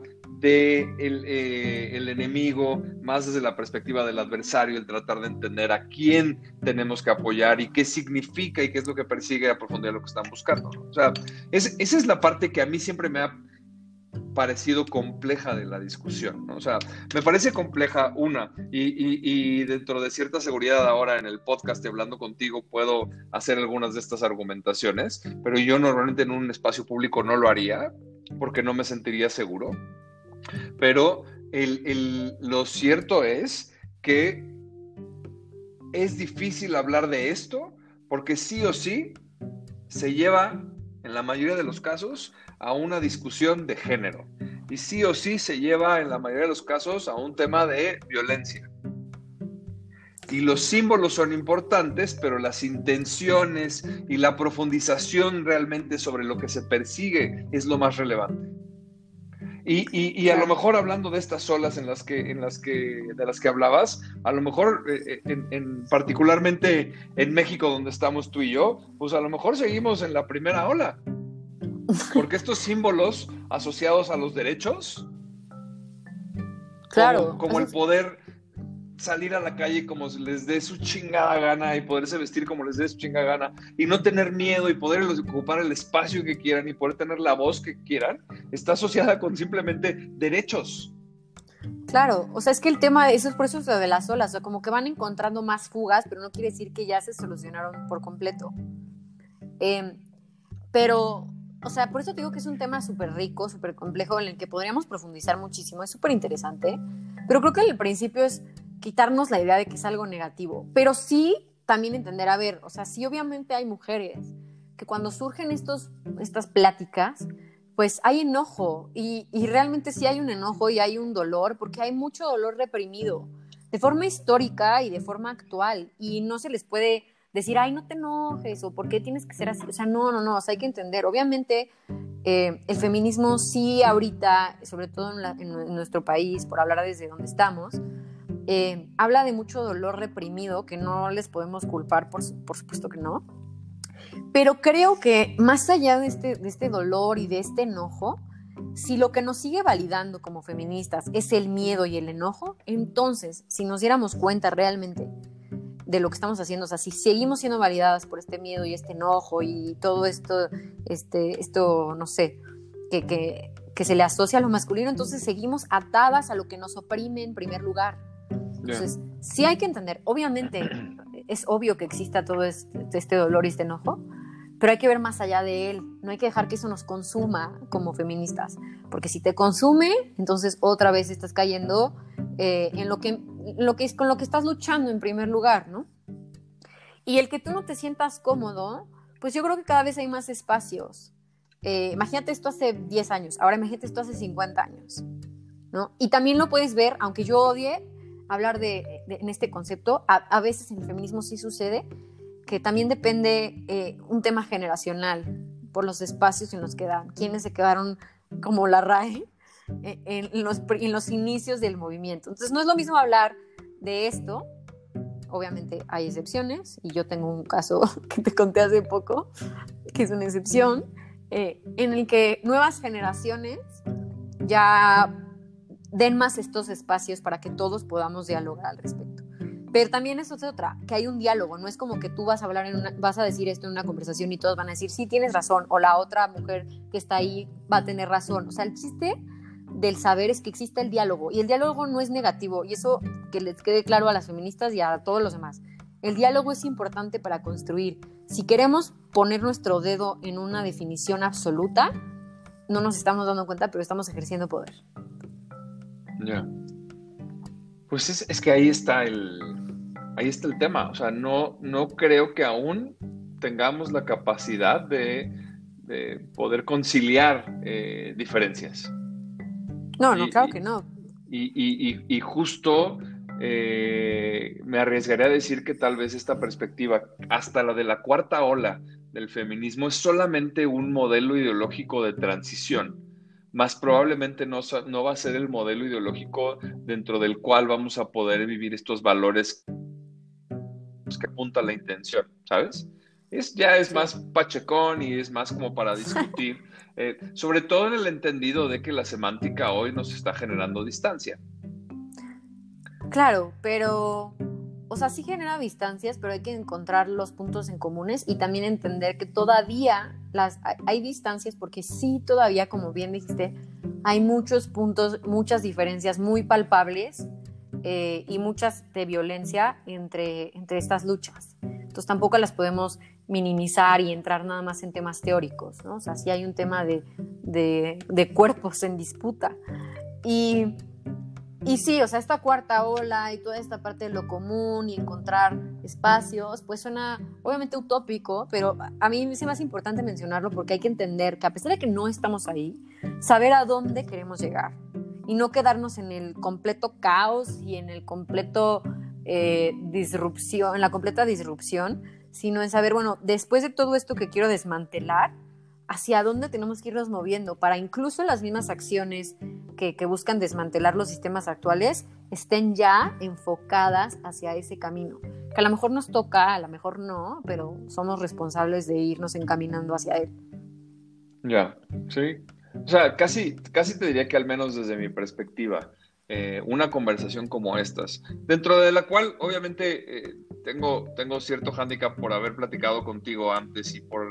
del enemigo, más desde la perspectiva del adversario, el tratar de entender a quién tenemos que apoyar y qué significa y qué es lo que persigue a profundidad lo que están buscando, ¿no? O sea, esa es la parte que a mí siempre me ha parecido compleja de la discusión, ¿no? O sea, me parece compleja y dentro de cierta seguridad ahora en el podcast hablando contigo puedo hacer algunas de estas argumentaciones, pero yo normalmente en un espacio público no lo haría porque no me sentiría seguro. Pero lo cierto es que es difícil hablar de esto porque sí o sí se lleva, en la mayoría de los casos, a una discusión de género. Y sí o sí se lleva, en la mayoría de los casos, a un tema de violencia. Y los símbolos son importantes, pero las intenciones y la profundización realmente sobre lo que se persigue es lo más relevante. Y a lo mejor hablando de estas olas de las que hablabas, a lo mejor particularmente en México donde estamos tú y yo, pues a lo mejor seguimos en la primera ola, porque estos símbolos asociados a los derechos, claro, como el poder salir a la calle como se les dé su chingada gana y poderse vestir como les dé su chingada gana y no tener miedo y poder ocupar el espacio que quieran y poder tener la voz que quieran, está asociada con simplemente derechos. Claro, o sea, es que el tema, eso es por eso es lo de las olas, o sea, como que van encontrando más fugas, pero no quiere decir que ya se solucionaron por completo. Pero, o sea, por eso te digo que es un tema súper rico, súper complejo, en el que podríamos profundizar muchísimo, es súper interesante, pero creo que el principio es quitarnos la idea de que es algo negativo, pero sí también entender, a ver, o sea, sí obviamente hay mujeres que cuando surgen estas pláticas, pues hay enojo y realmente sí hay un enojo y hay un dolor, porque hay mucho dolor reprimido, de forma histórica y de forma actual, y no se les puede decir, ay, no te enojes, o por qué tienes que ser así, o sea, no, o sea, hay que entender, obviamente, el feminismo sí ahorita, sobre todo en nuestro país, por hablar desde donde estamos, habla de mucho dolor reprimido que no les podemos culpar, por supuesto que no, pero creo que más allá de este dolor y de este enojo, si lo que nos sigue validando como feministas es el miedo y el enojo, entonces, si nos diéramos cuenta realmente de lo que estamos haciendo, o sea, si seguimos siendo validadas por este miedo y este enojo y todo esto, no sé, que se le asocia a lo masculino, entonces seguimos atadas a lo que nos oprime en primer lugar. Entonces, sí hay que entender, obviamente es obvio que exista todo este dolor y este enojo, pero hay que ver más allá de él, no hay que dejar que eso nos consuma como feministas, porque si te consume, entonces otra vez estás cayendo en lo que es con lo que estás luchando en primer lugar, ¿no? Y el que tú no te sientas cómodo, pues yo creo que cada vez hay más espacios. Imagínate esto hace 10 años, ahora imagínate esto hace 50 años, ¿no? Y también lo puedes ver, aunque yo odie hablar en este concepto, a veces en el feminismo sí sucede, que también depende un tema generacional por los espacios en los que dan, quienes se quedaron como la RAE en los inicios del movimiento. Entonces no es lo mismo hablar de esto, obviamente hay excepciones, y yo tengo un caso que te conté hace poco, que es una excepción, en el que nuevas generaciones ya den más estos espacios para que todos podamos dialogar al respecto. Pero también eso es otra, que hay un diálogo, no es como que tú vas a hablar vas a decir esto en una conversación y todos van a decir, sí, tienes razón, o la otra mujer que está ahí va a tener razón. O sea, el chiste del saber es que exista el diálogo, y el diálogo no es negativo, y eso que les quede claro a las feministas y a todos los demás. El diálogo es importante para construir. Si queremos poner nuestro dedo en una definición absoluta, no nos estamos dando cuenta, pero estamos ejerciendo poder. Ya. Pues es que ahí está el tema. O sea, no creo que aún tengamos la capacidad de poder conciliar diferencias. No, claro Y, que no. y justo me arriesgaría a decir que tal vez esta perspectiva, hasta la de la cuarta ola del feminismo, es solamente un modelo ideológico de transición. Más probablemente no va a ser el modelo ideológico dentro del cual vamos a poder vivir estos valores que apunta la intención, ¿sabes? Ya es más pachecón y es más como para discutir, sobre todo en el entendido de que la semántica hoy nos está generando distancia. Claro, pero, o sea, sí genera distancias, pero hay que encontrar los puntos en comunes y también entender que todavía hay distancias porque sí, todavía, como bien dijiste, hay muchos puntos, muchas diferencias muy palpables y muchas de violencia entre estas luchas. Entonces tampoco las podemos minimizar y entrar nada más en temas teóricos, ¿no? O sea, sí hay un tema de cuerpos en disputa. Y sí, o sea, esta cuarta ola y toda esta parte de lo común y encontrar espacios, pues suena obviamente utópico, pero a mí sí me hace importante mencionarlo porque hay que entender que a pesar de que no estamos ahí, saber a dónde queremos llegar y no quedarnos en el completo caos y en el completo disrupción, en la completa disrupción, sino en saber, bueno, después de todo esto que quiero desmantelar, hacia dónde tenemos que irnos moviendo para incluso las mismas acciones que buscan desmantelar los sistemas actuales estén ya enfocadas hacia ese camino. Que a lo mejor nos toca, a lo mejor no, pero somos responsables de irnos encaminando hacia él. Ya, sí. O sea, casi te diría que al menos desde mi perspectiva, una conversación como estas, dentro de la cual obviamente tengo cierto hándicap por haber platicado contigo antes y por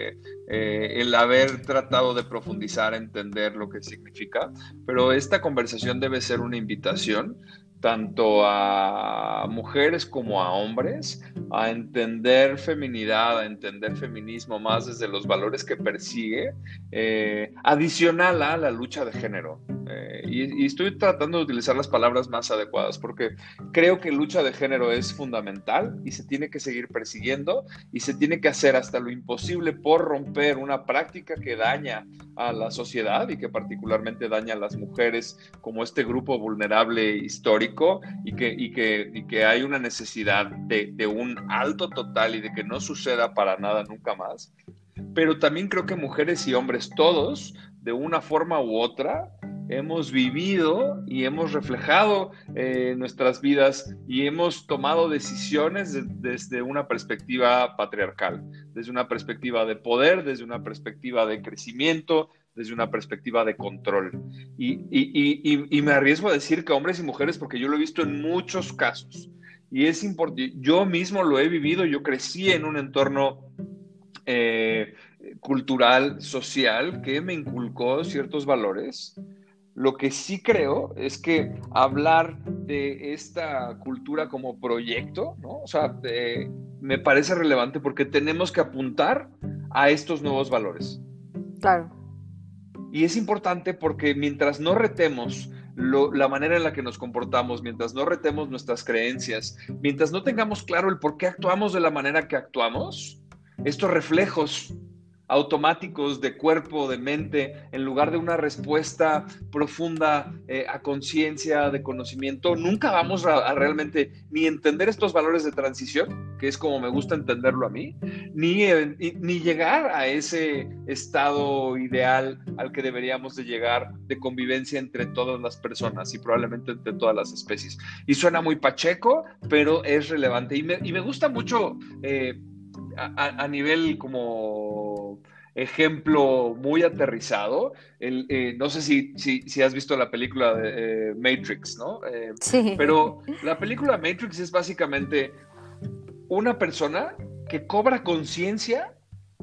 el haber tratado de profundizar, entender lo que significa, pero esta conversación debe ser una invitación tanto a mujeres como a hombres a entender feminidad, a entender feminismo más desde los valores que persigue, adicional a la lucha de género. Y estoy tratando de utilizar las palabras más adecuadas porque creo que lucha de género es fundamental y se tiene que seguir persiguiendo y se tiene que hacer hasta lo imposible por romper una práctica que daña a la sociedad y que particularmente daña a las mujeres como este grupo vulnerable histórico y que hay una necesidad de un alto total y de que no suceda para nada nunca más. Pero también creo que mujeres y hombres todos, de una forma u otra, hemos vivido y hemos reflejado nuestras vidas y hemos tomado decisiones desde una perspectiva patriarcal, desde una perspectiva de poder, desde una perspectiva de crecimiento, desde una perspectiva de control. Y me arriesgo a decir que hombres y mujeres, porque yo lo he visto en muchos casos. Y es importante, yo mismo lo he vivido, yo crecí en un entorno eh, cultural, social, que me inculcó ciertos valores. Lo que sí creo es que hablar de esta cultura como proyecto, ¿no? O sea, me parece relevante porque tenemos que apuntar a estos nuevos valores. Claro. Y es importante porque mientras no retemos la manera en la que nos comportamos, mientras no retemos nuestras creencias, mientras no tengamos claro el por qué actuamos de la manera que actuamos, estos reflejos automáticos de cuerpo, de mente, en lugar de una respuesta profunda a conciencia, de conocimiento, nunca vamos a realmente ni entender estos valores de transición, que es como me gusta entenderlo a mí, ni llegar a ese estado ideal al que deberíamos de llegar de convivencia entre todas las personas y probablemente entre todas las especies. Y suena muy pacheco, pero es relevante. Y me gusta mucho a nivel como ejemplo muy aterrizado. No sé si has visto la película de Matrix, ¿no? Sí, Pero la película Matrix es básicamente una persona que cobra conciencia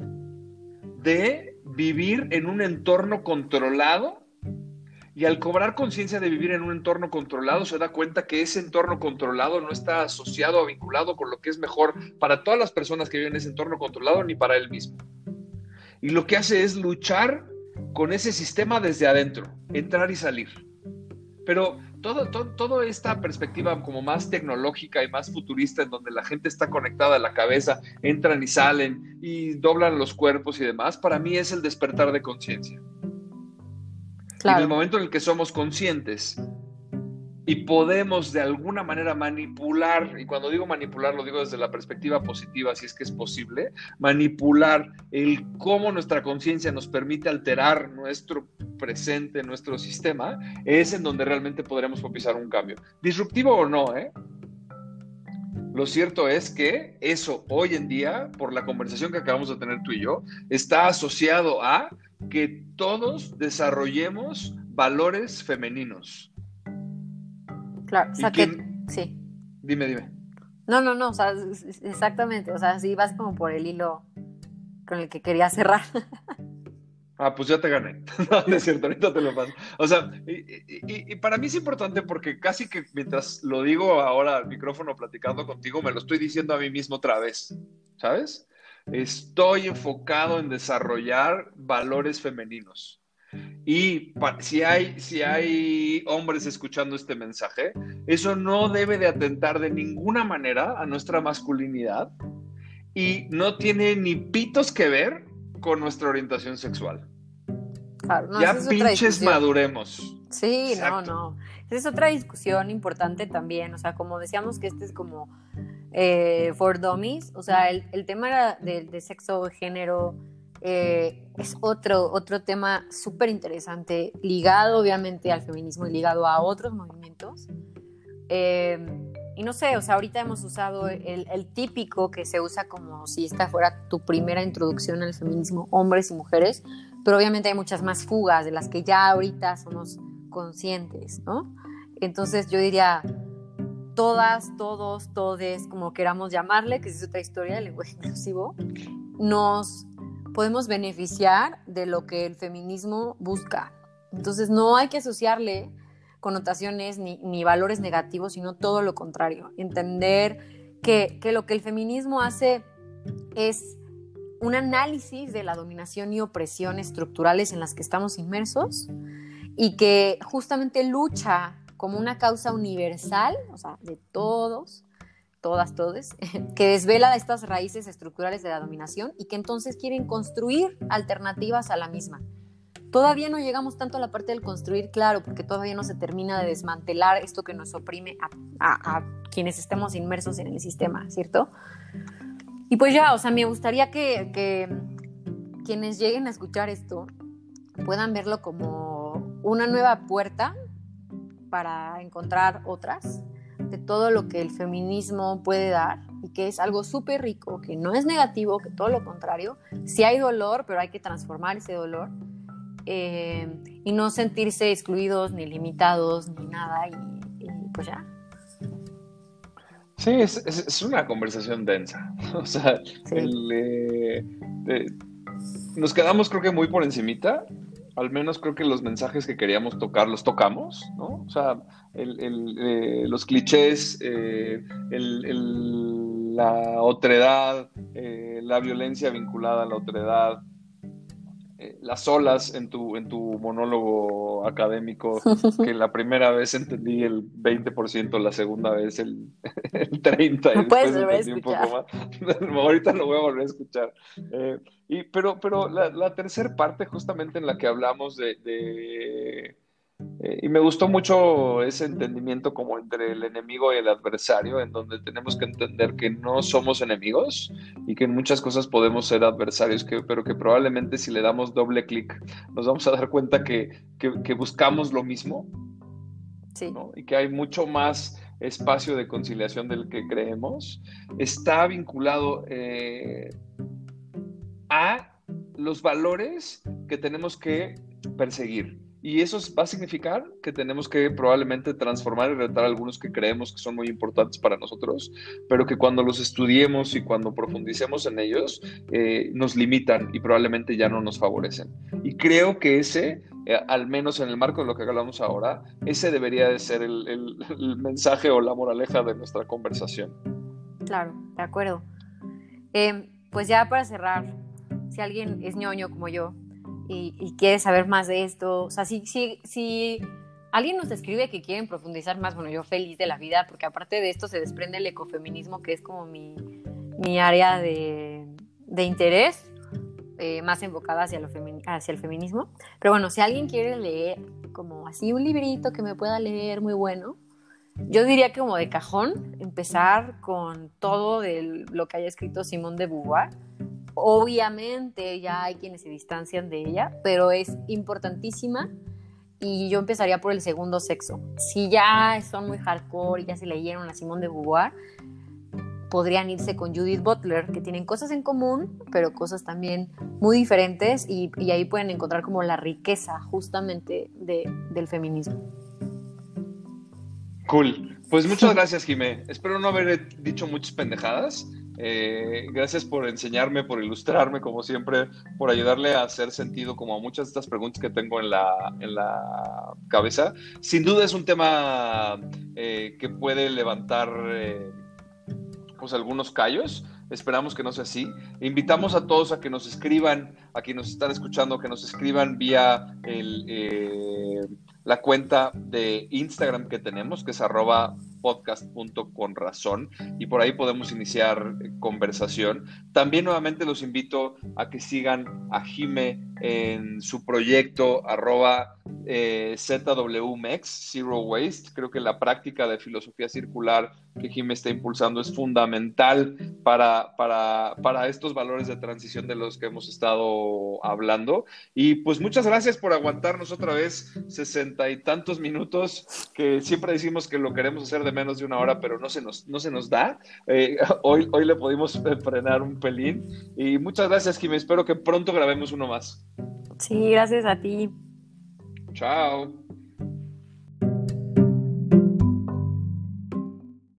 de vivir en un entorno controlado y al cobrar conciencia de vivir en un entorno controlado se da cuenta que ese entorno controlado no está asociado o vinculado con lo que es mejor para todas las personas que viven en ese entorno controlado ni para él mismo. Y lo que hace es luchar con ese sistema desde adentro, entrar y salir. Pero toda esta perspectiva como más tecnológica y más futurista, en donde la gente está conectada a la cabeza, entran y salen y doblan los cuerpos y demás, para mí es el despertar de conciencia. Y en el claro. momento en el que somos conscientes y podemos de alguna manera manipular, y cuando digo manipular lo digo desde la perspectiva positiva, si es que es posible, manipular el cómo nuestra conciencia nos permite alterar nuestro presente, nuestro sistema, es en donde realmente podremos propiciar un cambio. Disruptivo o no, ¿eh? Lo cierto es que eso hoy en día, por la conversación que acabamos de tener tú y yo, está asociado a que todos desarrollemos valores femeninos. Claro, o Y sea que quien, sí. dime. No, no, no, o sea, exactamente, o sea, sí vas como por el hilo con el que quería cerrar. Ah, pues ya te gané. No, no es cierto, ahorita te lo paso. O sea, y para mí es importante porque casi que mientras lo digo ahora al micrófono platicando contigo, me lo estoy diciendo a mí mismo otra vez, ¿sabes? Estoy enfocado en desarrollar valores femeninos. Y si hay hombres escuchando este mensaje, eso no debe de atentar de ninguna manera a nuestra masculinidad y no tiene ni pitos que ver con nuestra orientación sexual. Claro, no, esa Ya es otra pinches discusión. maduremos. Sí, no, Exacto. no. Esa es otra discusión importante también, o sea, como decíamos que este es como for dummies, o sea, el tema de sexo, género, es otro tema súper interesante, ligado obviamente al feminismo y ligado a otros movimientos. Eh, y no sé, o sea, ahorita hemos usado el típico que se usa como si esta fuera tu primera introducción al feminismo, hombres y mujeres, pero obviamente hay muchas más fugas de las que ya ahorita somos conscientes, ¿no? Entonces yo diría, todas, todos, todes, como queramos llamarle, que es otra historia del lenguaje inclusivo, nos podemos beneficiar de lo que el feminismo busca. Entonces no hay que asociarle connotaciones ni valores negativos, sino todo lo contrario. Entender que lo que el feminismo hace es un análisis de la dominación y opresión estructurales en las que estamos inmersos y que justamente lucha como una causa universal, o sea, de todos, todas, todes, que desvela estas raíces estructurales de la dominación y que entonces quieren construir alternativas a la misma. Todavía no llegamos tanto a la parte del construir, claro, porque todavía no se termina de desmantelar esto que nos oprime a quienes estemos inmersos en el sistema, ¿cierto? Y pues ya, o sea, me gustaría que quienes lleguen a escuchar esto puedan verlo como una nueva puerta para encontrar otras de todo lo que el feminismo puede dar y que es algo súper rico, que no es negativo, que todo lo contrario. Sí hay dolor, pero hay que transformar ese dolor y no sentirse excluidos ni limitados ni nada y pues ya. Sí, es una conversación densa. O sea, Sí. nos quedamos creo que muy por encimita. Al menos creo que los mensajes que queríamos tocar los tocamos, ¿no? O sea, los clichés, la otredad, la violencia vinculada a la otredad, las olas en tu monólogo académico, que la primera vez entendí el 20%, la segunda vez el 30% y No puedes después volver a entendí un poco escuchar. más. Ahorita lo voy a volver a escuchar. Pero la tercera parte justamente en la que hablamos y me gustó mucho ese entendimiento como entre el enemigo y el adversario, en donde tenemos que entender que no somos enemigos y que en muchas cosas podemos ser adversarios, pero que probablemente si le damos doble clic nos vamos a dar cuenta que buscamos lo mismo, Sí, ¿no? Y que hay mucho más espacio de conciliación del que creemos. Está vinculado a los valores que tenemos que perseguir. Y eso va a significar que tenemos que probablemente transformar y retar algunos que creemos que son muy importantes para nosotros, pero que cuando los estudiemos y cuando profundicemos en ellos, nos limitan y probablemente ya no nos favorecen. Y creo que ese, al menos en el marco de lo que hablamos ahora, ese debería de ser el mensaje o la moraleja de nuestra conversación. claro, de acuerdo. Pues ya para cerrar, si alguien es ñoño como yo y quiere saber más de esto, o sea, si alguien nos escribe que quieren profundizar más, bueno, yo feliz de la vida, porque aparte de esto se desprende el ecofeminismo, que es como mi área de interés, más enfocada hacia el feminismo. Pero bueno, si alguien quiere leer como así un librito que me pueda leer muy bueno, yo diría que como de cajón, empezar con todo de lo que haya escrito Simone de Beauvoir. Obviamente ya hay quienes se distancian de ella, pero es importantísima y yo empezaría por el segundo sexo. Si ya son muy hardcore y ya se leyeron a Simone de Beauvoir, podrían irse con Judith Butler, que tienen cosas en común, pero cosas también muy diferentes y ahí pueden encontrar como la riqueza justamente del feminismo. Cool. Pues muchas gracias, Jimé. Espero no haber dicho muchas pendejadas. Gracias por enseñarme, por ilustrarme, como siempre, por ayudarle a hacer sentido como a muchas de estas preguntas que tengo en la cabeza. Sin duda es un tema que puede levantar pues algunos callos. Esperamos que no sea así. Invitamos a todos a que nos escriban, a quienes nos están escuchando, que nos escriban vía la cuenta de Instagram que tenemos, que es @podcast.conrazón, y por ahí podemos iniciar conversación. También nuevamente los invito a que sigan a Jime en su proyecto @ZWMEX, Zero Waste. Creo que la práctica de filosofía circular que Jime está impulsando es fundamental para estos valores de transición de los que hemos estado hablando. Y pues muchas gracias por aguantarnos otra vez 60 y tantos minutos, que siempre decimos que lo queremos hacer de menos de una hora, pero no se nos da. Hoy le pudimos frenar un pelín. Y muchas gracias, Jimé. Espero que pronto grabemos uno más. Sí, gracias a ti. Chao.